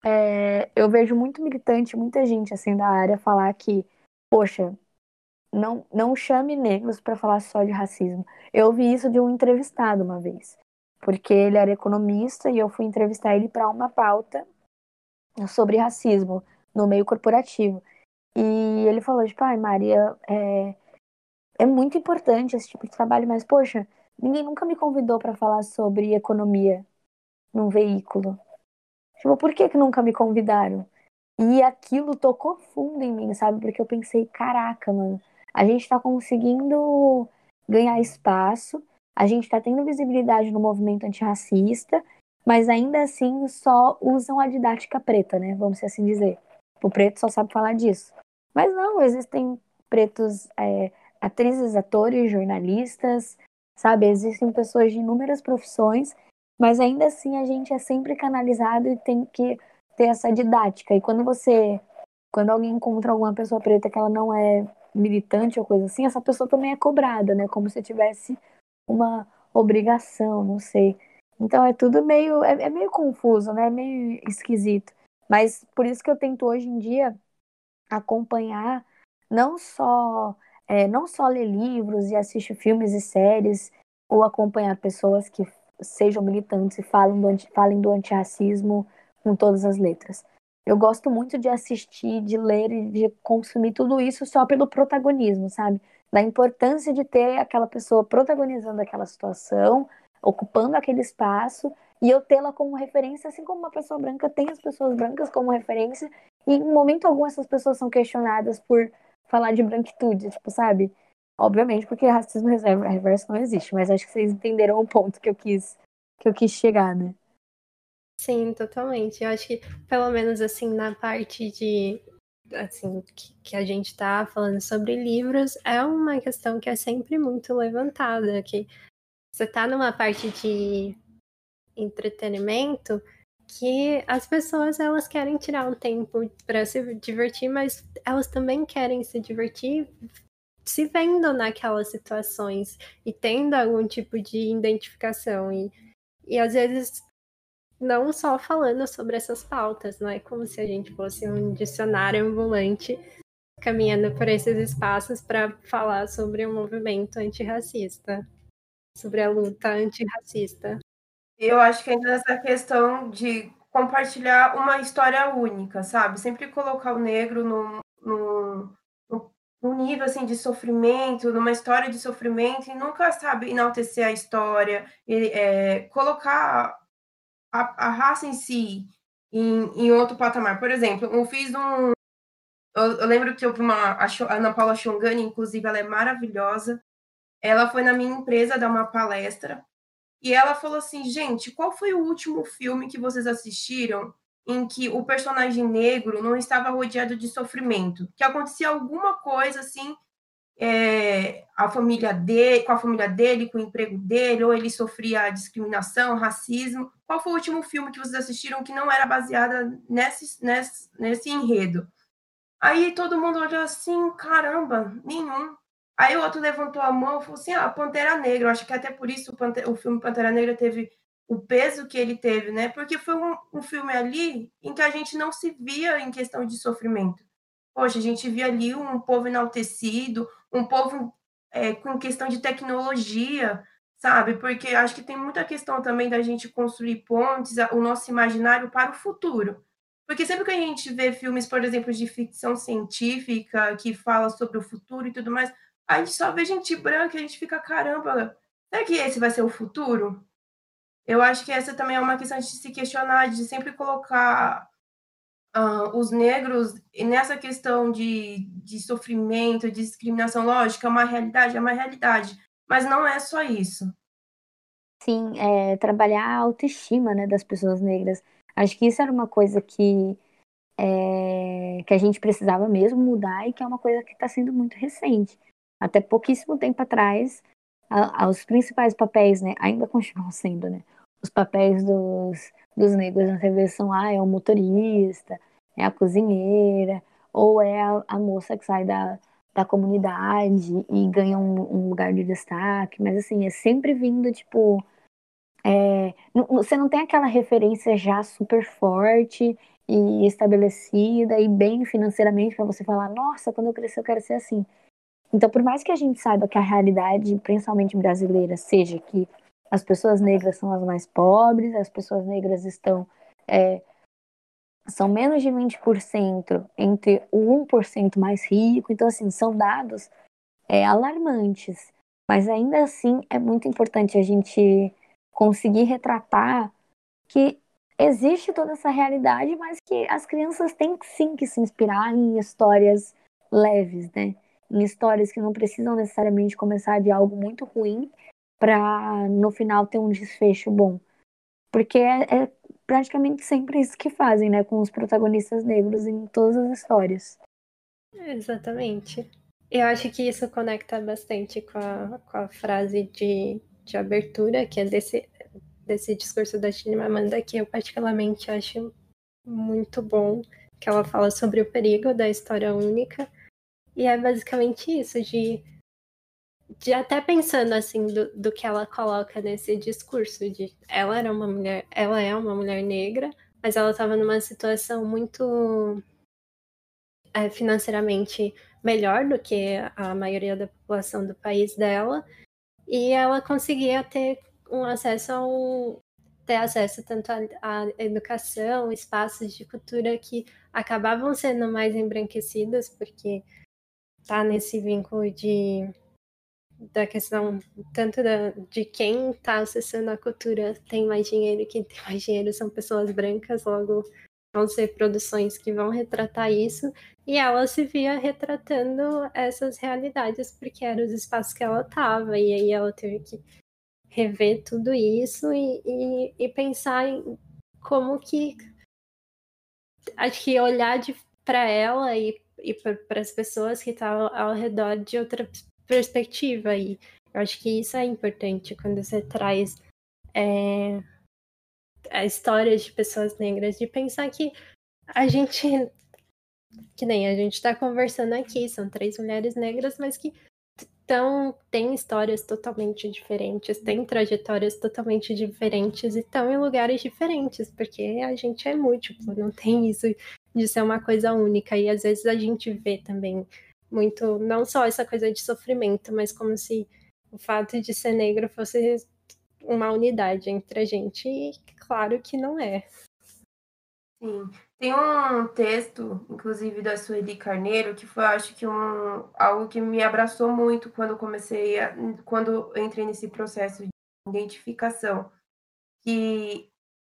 é eu vejo muito militante, muita gente assim da área falar que, poxa, não, não chame negros para falar só de racismo. Eu ouvi isso de um entrevistado uma vez, porque ele era economista e eu fui entrevistar ele para uma pauta sobre racismo no meio corporativo. E ele falou, tipo, ai, Maria, é, é muito importante esse tipo de trabalho, mas, poxa, ninguém nunca me convidou para falar sobre economia num veículo. Tipo, por que que nunca me convidaram? E aquilo tocou fundo em mim, sabe? Porque eu pensei, caraca, mano, a gente tá conseguindo ganhar espaço, a gente tá tendo visibilidade no movimento antirracista, mas ainda assim só usam a didática preta, né? Vamos assim dizer. O preto só sabe falar disso. Mas não, existem pretos, é, atrizes, atores, jornalistas, sabe? Existem pessoas de inúmeras profissões, mas ainda assim a gente é sempre canalizado e tem que ter essa didática. E quando você, quando alguém encontra alguma pessoa preta que ela não é militante ou coisa assim, essa pessoa também é cobrada, né? Como se tivesse uma obrigação, não sei. Então é tudo meio, é, é meio confuso, né? É meio esquisito. Mas por isso que eu tento hoje em dia acompanhar, não só, é, não só ler livros e assistir filmes e séries, ou acompanhar pessoas que sejam militantes e falem do, anti, falem do antirracismo com todas as letras. Eu gosto muito de assistir, de ler e de consumir tudo isso só pelo protagonismo, sabe? Da importância de ter aquela pessoa protagonizando aquela situação, ocupando aquele espaço, e eu tê-la como referência, assim como uma pessoa branca tem as pessoas brancas como referência, e em momento algum essas pessoas são questionadas por falar de branquitude, tipo, sabe? Obviamente, porque racismo reverso não existe, mas acho que vocês entenderam o ponto que eu quis, que eu quis chegar, né? Sim, totalmente. Eu acho que, pelo menos assim, na parte de assim, que, que a gente tá falando sobre livros, é uma questão que é sempre muito levantada, que você tá numa parte de entretenimento que as pessoas elas querem tirar um tempo para se divertir, mas elas também querem se divertir se vendo naquelas situações e tendo algum tipo de identificação e, e às vezes não só falando sobre essas pautas, não é como se a gente fosse um dicionário ambulante caminhando por esses espaços para falar sobre o movimento antirracista, sobre a luta antirracista. Eu acho que ainda nessa questão de compartilhar uma história única, sabe? Sempre colocar o negro num, num, num nível assim, de sofrimento, numa história de sofrimento, e nunca, sabe, enaltecer a história, e, é, colocar a, a raça em si em, em outro patamar. Por exemplo, eu fiz um. Eu, eu lembro que eu vi uma. A Ana Paula Xongani, inclusive, ela é maravilhosa. Ela foi na minha empresa dar uma palestra. E ela falou assim, gente, qual foi o último filme que vocês assistiram em que o personagem negro não estava rodeado de sofrimento? Que acontecia alguma coisa assim, é, a família dele, com a família dele, com o emprego dele, ou ele sofria discriminação, racismo. Qual foi o último filme que vocês assistiram que não era baseado nesse, nesse, nesse enredo? Aí todo mundo olhou assim, caramba, nenhum. Aí o outro levantou a mão e falou assim, ah, Pantera Negra. Eu acho que até por isso o, Pante- o filme Pantera Negra teve o peso que ele teve, né? Porque foi um, um filme ali em que a gente não se via em questão de sofrimento. Poxa, a gente via ali um povo enaltecido, um povo é, com questão de tecnologia, sabe? Porque acho que tem muita questão também da gente construir pontes, o nosso imaginário para o futuro. Porque sempre que a gente vê filmes, por exemplo, de ficção científica, que fala sobre o futuro e tudo mais, a gente só vê gente branca e a gente fica, caramba, será que esse vai ser o futuro? Eu acho que essa também é uma questão de se questionar, de sempre colocar uh, os negros nessa questão de, de sofrimento, de discriminação. Lógico, é uma realidade, é uma realidade, mas não é só isso. Sim, é, trabalhar a autoestima, né, das pessoas negras. Acho que isso era uma coisa que, é, que a gente precisava mesmo mudar e que é uma coisa que está sendo muito recente. Até pouquíssimo tempo atrás, a, a, os principais papéis, né, ainda continuam sendo, né, os papéis dos, dos negros na T V são, ah, é o motorista, é a cozinheira, ou é a, a moça que sai da, da comunidade e ganha um, um lugar de destaque, mas assim, é sempre vindo, tipo, é, você não tem aquela referência já super forte e estabelecida e bem financeiramente para você falar, nossa, quando eu crescer eu quero ser assim. Então, por mais que a gente saiba que a realidade, principalmente brasileira, seja que as pessoas negras são as mais pobres, as pessoas negras estão é, são menos de vinte por cento entre o um por cento mais rico, então assim, são dados é, alarmantes. Mas ainda assim é muito importante a gente conseguir retratar que existe toda essa realidade, mas que as crianças têm sim que se inspirar em histórias leves, né? Em histórias que não precisam necessariamente começar de algo muito ruim para no final ter um desfecho bom. Porque é, é praticamente sempre isso que fazem, né? Com os protagonistas negros em todas as histórias. Exatamente. Eu acho que isso conecta bastante com a, com a frase de, de abertura, que é desse, desse discurso da Chimamanda, que eu particularmente acho muito bom, que ela fala sobre o perigo da história única. E é basicamente isso, de, de até pensando assim do, do que ela coloca nesse discurso, de ela era uma mulher, ela é uma mulher negra, mas ela estava numa situação muito é, financeiramente melhor do que a maioria da população do país dela, e ela conseguia ter um acesso ao ter acesso tanto à educação, espaços de cultura que acabavam sendo mais embranquecidos, porque tá nesse vínculo de da questão tanto da, de quem está acessando a cultura tem mais dinheiro, e quem tem mais dinheiro são pessoas brancas, logo vão ser produções que vão retratar isso, e ela se via retratando essas realidades, porque eram os espaços que ela estava, e aí ela teve que rever tudo isso e, e, e pensar em como que acho que olhar para ela e, e para as pessoas que estavam ao redor de outra perspectiva, e eu acho que isso é importante quando você traz é, a história de pessoas negras, de pensar que a gente, que nem a gente está conversando aqui, são três mulheres negras, mas que tão, têm histórias totalmente diferentes, têm trajetórias totalmente diferentes e estão em lugares diferentes, porque a gente é múltiplo, não tem isso de ser uma coisa única. E às vezes a gente vê também muito, não só essa coisa de sofrimento, mas como se o fato de ser negro fosse uma unidade entre a gente, e claro que não é. Sim. Tem um texto, inclusive, da Sueli Carneiro, que foi, acho que, um, algo que me abraçou muito quando comecei, a, quando eu entrei nesse processo de identificação, que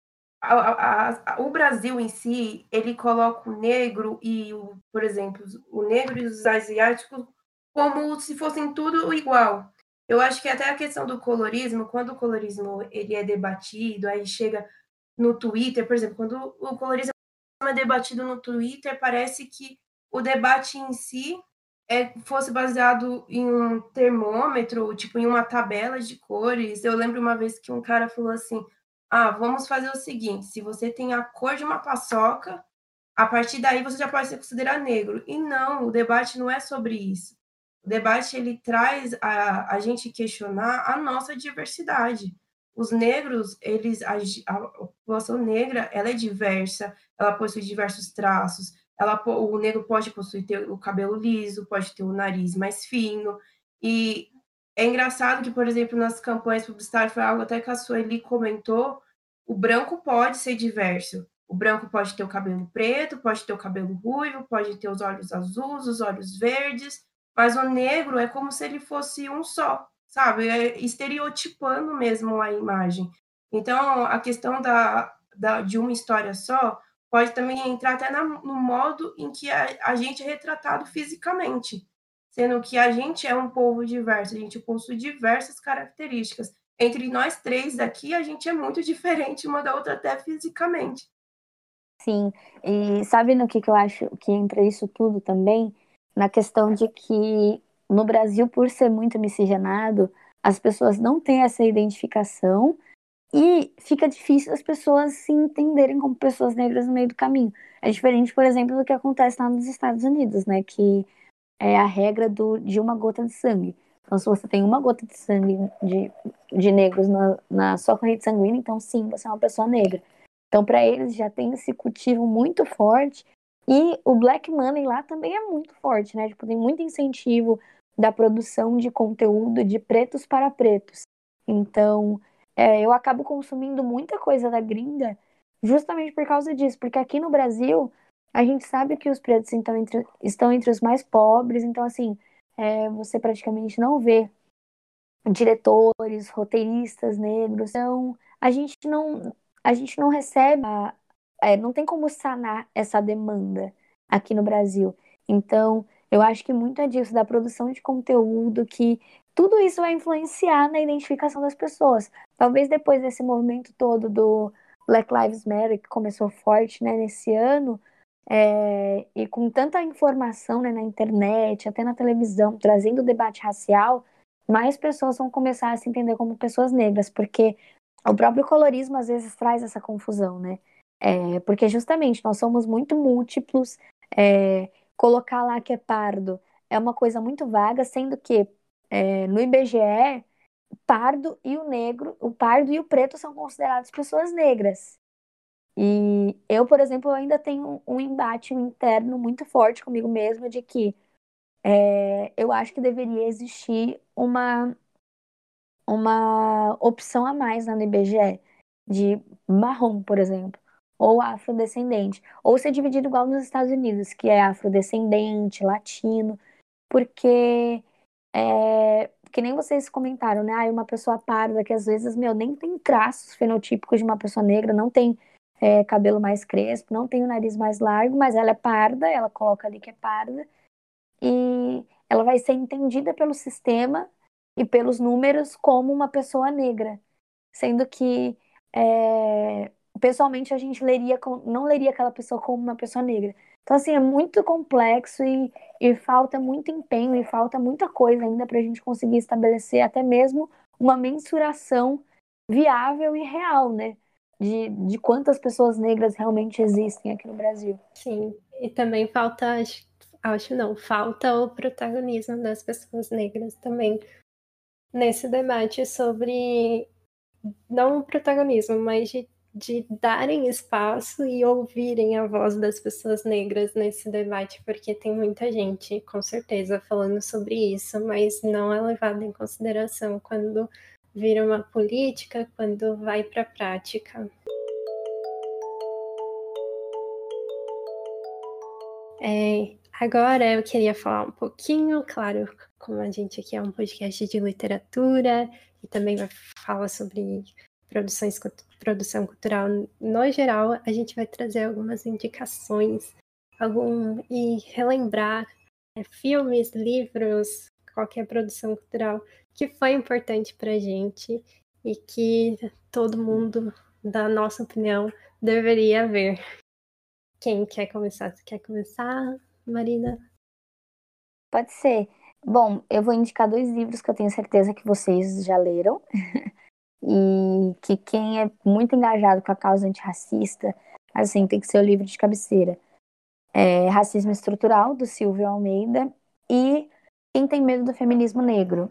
a, a, a, o Brasil em si, ele coloca o negro e, o, por exemplo, o negro e os asiáticos como se fossem tudo igual. Eu acho que até a questão do colorismo, quando o colorismo ele é debatido, aí chega no Twitter, por exemplo, quando o colorismo é debatido no Twitter, parece que o debate em si é, fosse baseado em um termômetro, tipo, em uma tabela de cores. Eu lembro uma vez que um cara falou assim, ah, vamos fazer o seguinte, se você tem a cor de uma paçoca, a partir daí você já pode se considerar negro. E não, o debate não é sobre isso. O debate, ele traz a, a gente questionar a nossa diversidade. Os negros, eles, a, a população negra, ela é diversa, ela possui diversos traços, ela, o negro pode possuir ter o cabelo liso, pode ter o nariz mais fino, e é engraçado que, por exemplo, nas campanhas publicitárias, foi algo até que a Sueli comentou, o branco pode ser diverso, o branco pode ter o cabelo preto, pode ter o cabelo ruivo, pode ter os olhos azuis, os olhos verdes, mas o negro é como se ele fosse um só, sabe? É estereotipando mesmo a imagem. Então, a questão da, da, de uma história só pode também entrar até na, no modo em que a, a gente é retratado fisicamente, sendo que a gente é um povo diverso, a gente possui diversas características. Entre nós três aqui, a gente é muito diferente uma da outra, até fisicamente. Sim, e sabe no que, que eu acho que entra isso tudo também? Na questão de que no Brasil, por ser muito miscigenado, as pessoas não têm essa identificação e fica difícil as pessoas se entenderem como pessoas negras no meio do caminho. É diferente, por exemplo, do que acontece lá nos Estados Unidos, né? Que é a regra do, de uma gota de sangue. Então, se você tem uma gota de sangue de, de negros na, na sua corrente sanguínea, então sim, você é uma pessoa negra. Então, para eles já tem esse cultivo muito forte. E o Black Money lá também é muito forte, né? Tipo, tem muito incentivo da produção de conteúdo de pretos para pretos. Então, é, eu acabo consumindo muita coisa da gringa justamente por causa disso. Porque aqui no Brasil, a gente sabe que os pretos então, entre, estão entre os mais pobres. Então, assim, é, você praticamente não vê diretores, roteiristas negros. Então, a gente não, a gente não recebe, a, é, não tem como sanar essa demanda aqui no Brasil. Então, eu acho que muito é disso, da produção de conteúdo, que tudo isso vai influenciar na identificação das pessoas. Talvez depois desse movimento todo do Black Lives Matter, que começou forte, né, nesse ano, é, e com tanta informação, né, na internet, até na televisão, trazendo o debate racial, mais pessoas vão começar a se entender como pessoas negras, porque o próprio colorismo às vezes traz essa confusão, né? É, porque justamente nós somos muito múltiplos, é, colocar lá que é pardo é uma coisa muito vaga, sendo que é, no I B G E, pardo e o negro, o pardo e o preto são considerados pessoas negras. E eu, por exemplo, ainda tenho um embate interno muito forte comigo mesma de que é, eu acho que deveria existir uma uma opção a mais na I B G E, de marrom, por exemplo, ou afrodescendente, ou ser dividido igual nos Estados Unidos, que é afrodescendente, latino, porque é, que nem vocês comentaram, né? Ah, uma pessoa parda que às vezes, meu, nem tem traços fenotípicos de uma pessoa negra, não tem é, cabelo mais crespo, não tem o nariz mais largo, mas ela é parda, ela coloca ali que é parda, e ela vai ser entendida pelo sistema e pelos números como uma pessoa negra, sendo que é, pessoalmente a gente leria com, não leria aquela pessoa como uma pessoa negra. Então, assim, é muito complexo e, e falta muito empenho e falta muita coisa ainda para a gente conseguir estabelecer até mesmo uma mensuração viável e real, né? De, de quantas pessoas negras realmente existem aqui no Brasil. Sim, e também falta acho não, falta o protagonismo das pessoas negras também nesse debate sobre, não o protagonismo, mas de, de darem espaço e ouvirem a voz das pessoas negras nesse debate, porque tem muita gente, com certeza, falando sobre isso, mas não é levado em consideração quando vira uma política, quando vai para a prática. É, agora eu queria falar um pouquinho, claro, como a gente aqui é um podcast de literatura e também vai falar sobre produções, produção cultural no geral, a gente vai trazer algumas indicações algum, e relembrar é, filmes, livros, qualquer produção cultural que foi importante para a gente e que todo mundo, da nossa opinião, deveria ver. Quem quer começar? Você quer começar, Marina? Pode ser. Bom, eu vou indicar dois livros que eu tenho certeza que vocês já leram. E que quem é muito engajado com a causa antirracista, assim, tem que ser o livro de cabeceira. É Racismo Estrutural, do Silvio Almeida, e Quem Tem Medo do Feminismo Negro,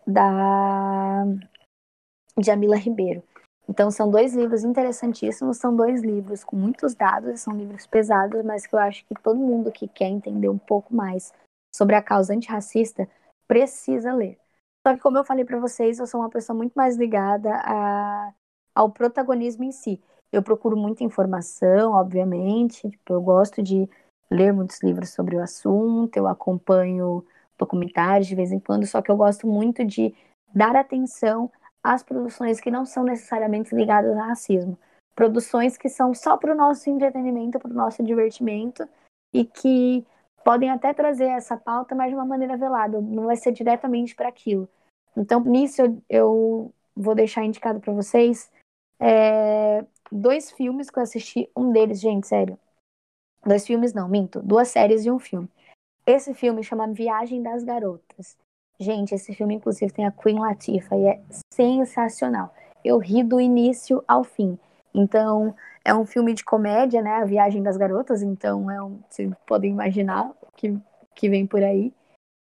da Djamila Ribeiro. Então, são dois livros interessantíssimos, são dois livros com muitos dados, são livros pesados, mas que eu acho que todo mundo que quer entender um pouco mais sobre a causa antirracista precisa ler. Só que, como eu falei para vocês, eu sou uma pessoa muito mais ligada a, ao protagonismo em si. Eu procuro muita informação, obviamente, tipo, eu gosto de ler muitos livros sobre o assunto, eu acompanho documentários de vez em quando, só que eu gosto muito de dar atenção às produções que não são necessariamente ligadas ao racismo. Produções que são só para o nosso entretenimento, para o nosso divertimento e que podem até trazer essa pauta, mas de uma maneira velada, não vai ser diretamente para aquilo. Então, nisso, eu, eu vou deixar indicado para vocês é, dois filmes que eu assisti. Um deles, gente, sério. Dois filmes não, minto. Duas séries e um filme. Esse filme chama Viagem das Garotas. Gente, esse filme, inclusive, tem a Queen Latifah e é sensacional. Eu ri do início ao fim. Então, é um filme de comédia, né? A Viagem das Garotas. Então, é um, vocês podem imaginar o que, que vem por aí.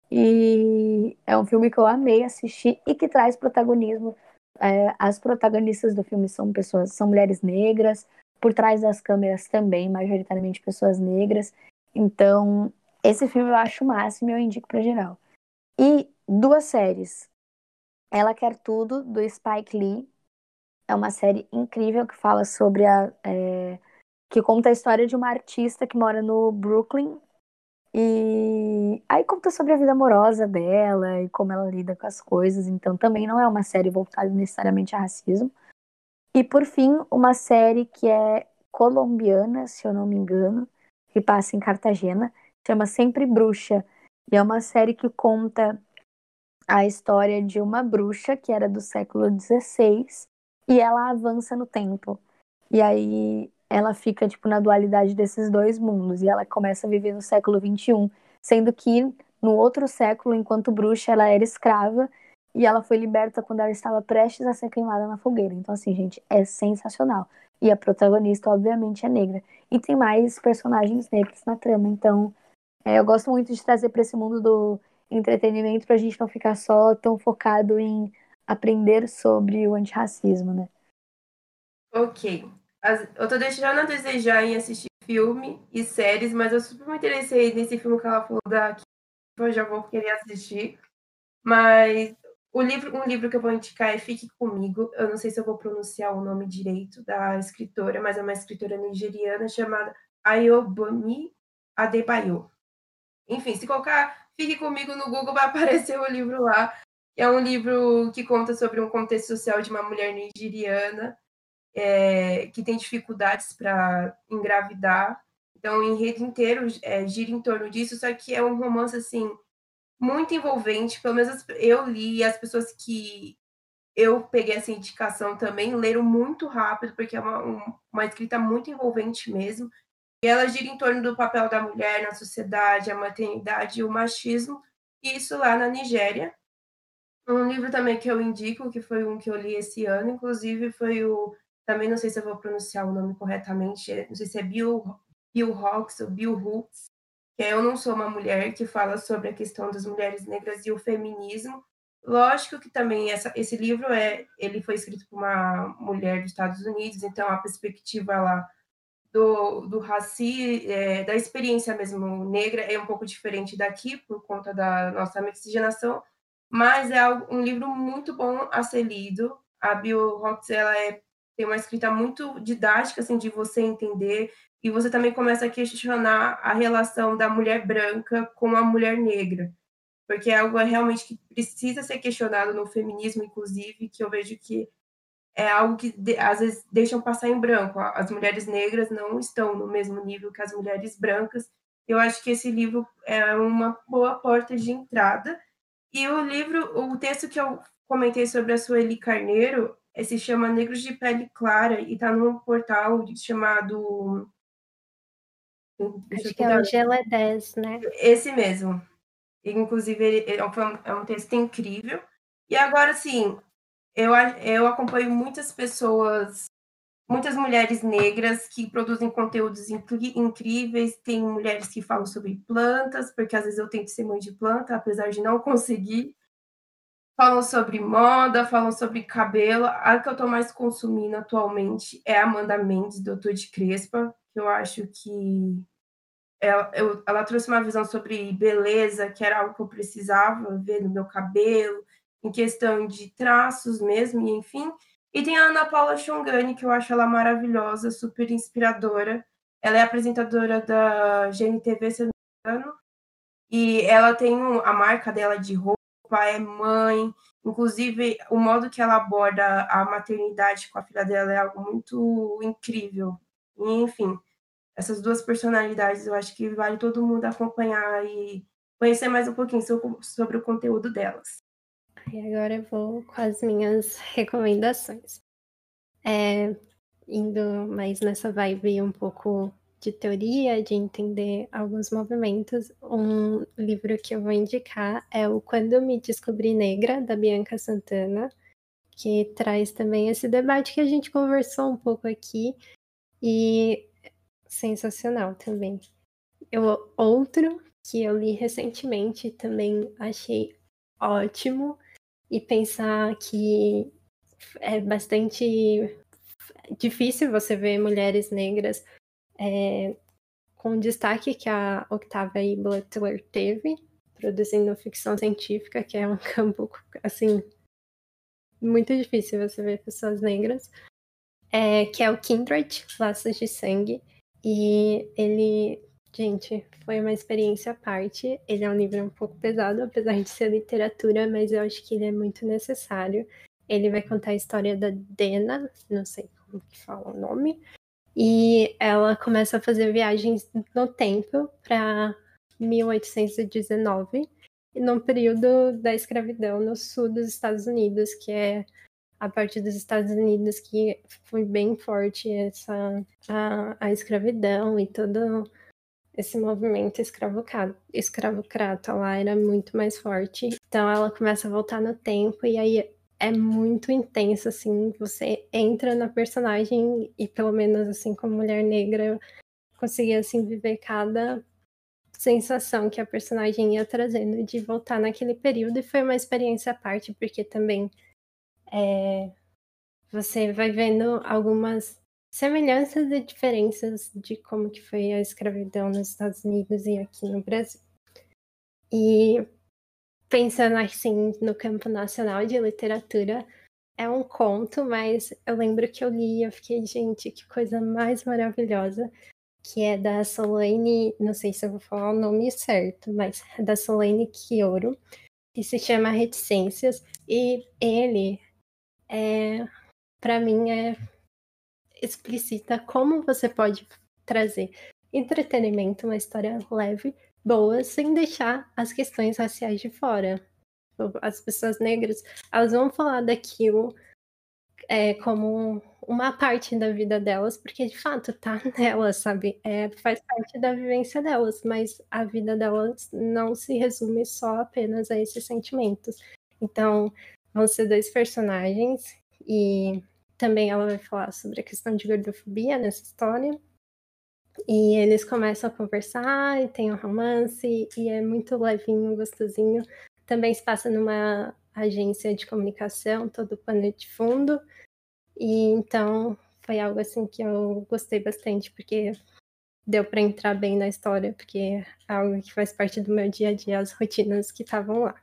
E é um filme que eu amei assistir e que traz protagonismo. É, as protagonistas do filme são pessoas, são mulheres negras. Por trás das câmeras também, majoritariamente pessoas negras. Então, esse filme eu acho o máximo e eu indico pra geral. E duas séries. Ela Quer Tudo, do Spike Lee. É uma série incrível que fala sobre a... É, que conta a história de uma artista que mora no Brooklyn. E aí conta sobre a vida amorosa dela e como ela lida com as coisas. Então também não é uma série voltada necessariamente a racismo. E por fim, uma série que é colombiana, se eu não me engano, que passa em Cartagena, chama Sempre Bruxa. E é uma série que conta a história de uma bruxa que era do século dezesseis e ela avança no tempo. E aí ela fica tipo na dualidade desses dois mundos e ela começa a viver no século vinte e um, sendo que no outro século, enquanto bruxa, ela era escrava e ela foi liberta quando ela estava prestes a ser queimada na fogueira. Então assim, gente, é sensacional. E a protagonista, obviamente, é negra. E tem mais personagens negros na trama. Então, é, eu gosto muito de trazer para esse mundo do entretenimento para a gente não ficar só tão focado em aprender sobre o antirracismo, né? Ok. As- eu tô deixando a desejar em assistir filme e séries, mas eu super me interessei nesse filme que ela falou da que eu já vou querer assistir. Mas o livro, um livro que eu vou indicar é Fique Comigo. Eu não sei se eu vou pronunciar o nome direito da escritora, mas é uma escritora nigeriana chamada Ayobami Adebayo. Enfim, se colocar Fique Comigo no Google, vai aparecer o livro lá. É um livro que conta sobre um contexto social de uma mulher nigeriana é, que tem dificuldades para engravidar. Então, o enredo inteiro é, gira em torno disso, só que é um romance, assim, muito envolvente. Pelo menos eu li, e as pessoas que eu peguei essa indicação também leram muito rápido, porque é uma, um, uma escrita muito envolvente mesmo. E ela gira em torno do papel da mulher na sociedade, a maternidade e o machismo, e isso lá na Nigéria. Um livro também que eu indico, que foi um que eu li esse ano, inclusive, foi o... Também não sei se eu vou pronunciar o nome corretamente, não sei se é Bill, Bill Hawks ou Bill Hooks, que é Eu Não Sou Uma Mulher, que fala sobre a questão das mulheres negras e o feminismo. Lógico que também essa, esse livro é, ele foi escrito por uma mulher dos Estados Unidos, então a perspectiva lá do, do racismo, é, da experiência mesmo negra é um pouco diferente daqui, por conta da nossa miscigenação, mas é algo, um livro muito bom a ser lido. A Bill Hawkes, ela é, tem uma escrita muito didática, assim, de você entender, e você também começa a questionar a relação da mulher branca com a mulher negra, porque é algo realmente que precisa ser questionado no feminismo, inclusive, que eu vejo que é algo que de, às vezes deixam passar em branco. As mulheres negras não estão no mesmo nível que as mulheres brancas. Eu acho que esse livro é uma boa porta de entrada. E o livro, o texto que eu comentei sobre a Sueli Carneiro, se chama Negros de Pele Clara e está num portal chamado... Acho que é o Geledés, né? Esse mesmo. Inclusive, ele, ele, é um texto incrível. E agora, sim, eu, eu acompanho muitas pessoas, muitas mulheres negras que produzem conteúdos incríveis. Tem mulheres que falam sobre plantas, porque às vezes eu tento ser mãe de planta, apesar de não conseguir. Falam sobre moda, falam sobre cabelo. A que eu estou mais consumindo atualmente é a Amanda Mendes, doutor de Crespa, que eu acho que ela, eu, ela trouxe uma visão sobre beleza, que era algo que eu precisava ver no meu cabelo, em questão de traços mesmo, e enfim. E tem a Ana Paula Chongani, que eu acho ela maravilhosa, super inspiradora. Ela é apresentadora da G N T V, se eu não me engano, e ela tem um, a marca dela de roupa, é mãe, inclusive o modo que ela aborda a maternidade com a filha dela é algo muito incrível. E, enfim, essas duas personalidades, eu acho que vale todo mundo acompanhar e conhecer mais um pouquinho sobre o conteúdo delas. E agora eu vou com as minhas recomendações. É, indo mais nessa vibe um pouco de teoria, de entender alguns movimentos, um livro que eu vou indicar é o Quando Me Descobri Negra, da Bianca Santana, que traz também esse debate que a gente conversou um pouco aqui, e sensacional também. Eu, outro que eu li recentemente também achei ótimo, e pensar que é bastante difícil você ver mulheres negras é, com o destaque que a Octavia E. Butler teve, produzindo ficção científica, que é um campo, assim, muito difícil você ver pessoas negras, é, que é o Kindred, Laços de Sangue, e ele, gente, foi uma experiência à parte. Ele é um livro um pouco pesado, apesar de ser literatura, mas eu acho que ele é muito necessário. Ele vai contar a história da Dena, não sei como que fala o nome, e ela começa a fazer viagens no tempo para mil oitocentos e dezenove, no período da escravidão no sul dos Estados Unidos, que é a parte dos Estados Unidos que foi bem forte essa, a, a escravidão e todo esse movimento escravocrata, escravocrata lá era muito mais forte. Então ela começa a voltar no tempo e aí é muito intenso, assim, você entra na personagem e pelo menos, assim, como mulher negra, eu conseguia, assim, viver cada sensação que a personagem ia trazendo de voltar naquele período, e foi uma experiência à parte, porque também é, você vai vendo algumas semelhanças e diferenças de como que foi a escravidão nos Estados Unidos e aqui no Brasil. E pensando assim no campo nacional de literatura, é um conto, mas eu lembro que eu li e eu fiquei, gente, que coisa mais maravilhosa, que é da Solane, não sei se eu vou falar o nome certo, mas é da Solane Quioro, que se chama Reticências, e ele, é, para mim, é explicita como você pode trazer entretenimento, uma história leve, boa, sem deixar as questões raciais de fora. As pessoas negras, elas vão falar daquilo é, como uma parte da vida delas, porque de fato tá nelas, sabe? É, faz parte da vivência delas, mas a vida delas não se resume só apenas a esses sentimentos. Então, vão ser dois personagens, e também ela vai falar sobre a questão de gordofobia nessa história. E eles começam a conversar, e tem um romance, e é muito levinho, gostosinho. Também se passa numa agência de comunicação, todo pano de fundo. E então foi algo assim que eu gostei bastante, porque deu para entrar bem na história, porque é algo que faz parte do meu dia a dia, as rotinas que estavam lá.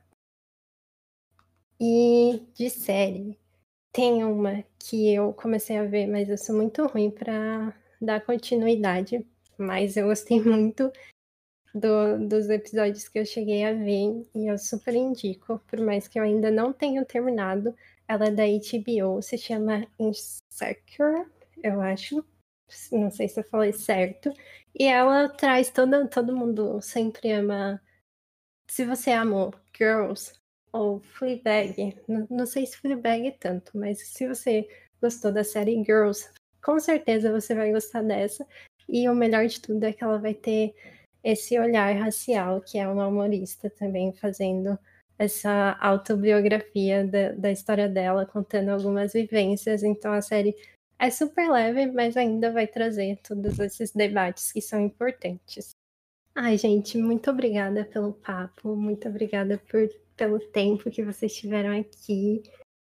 E de série, tem uma que eu comecei a ver, mas eu sou muito ruim para dar continuidade. Mas eu gostei muito do, dos episódios que eu cheguei a ver e eu super indico, por mais que eu ainda não tenha terminado. Ela é da H B O, se chama Insecure, eu acho. Não sei se eu falei certo. E ela traz todo, todo mundo sempre ama. Se você amou Girls ou Fleabag, não, não sei se Fleabag é tanto, mas se você gostou da série Girls, com certeza você vai gostar dessa. E o melhor de tudo é que ela vai ter esse olhar racial, que é uma humorista também fazendo essa autobiografia da, da história dela, contando algumas vivências. Então a série é super leve, mas ainda vai trazer todos esses debates que são importantes. Ai, gente, muito obrigada pelo papo, muito obrigada por, pelo tempo que vocês tiveram aqui.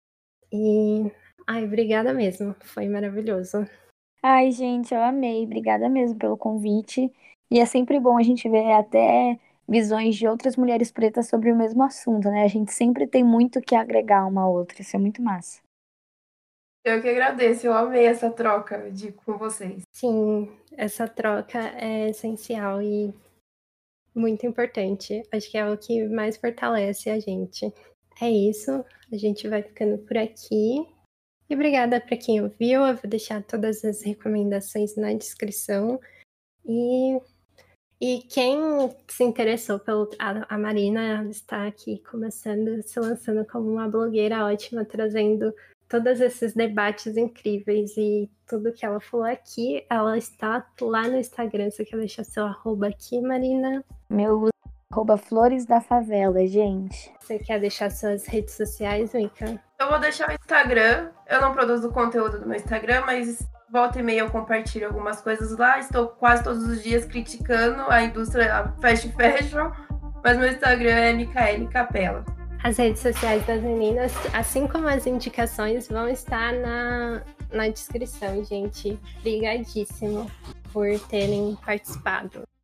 E, ai, obrigada mesmo, foi maravilhoso. Ai, gente, eu amei. Obrigada mesmo pelo convite. E é sempre bom a gente ver até visões de outras mulheres pretas sobre o mesmo assunto, né? A gente sempre tem muito que agregar uma a outra. Isso é muito massa. Eu que agradeço, eu amei essa troca de, com vocês. Sim, essa troca é essencial e muito importante. Acho que é o que mais fortalece a gente. É isso, a gente vai ficando por aqui. E obrigada para quem ouviu. Eu vou deixar todas as recomendações na descrição. E, e quem se interessou pelo. A, a Marina está aqui começando, se lançando como uma blogueira ótima, trazendo todos esses debates incríveis e tudo que ela falou aqui. Ela está lá no Instagram. Você quer deixar seu arroba aqui, Marina? Meu arroba Flores da Favela, gente. Você quer deixar suas redes sociais, Mika? Eu vou deixar o Instagram. Eu não produzo conteúdo do meu Instagram, mas volta e meia eu compartilho algumas coisas lá. Estou quase todos os dias criticando a indústria fast fashion, mas meu Instagram é Micaele Capella. As redes sociais das meninas, assim como as indicações, vão estar na, na descrição, gente. Obrigadíssimo por terem participado.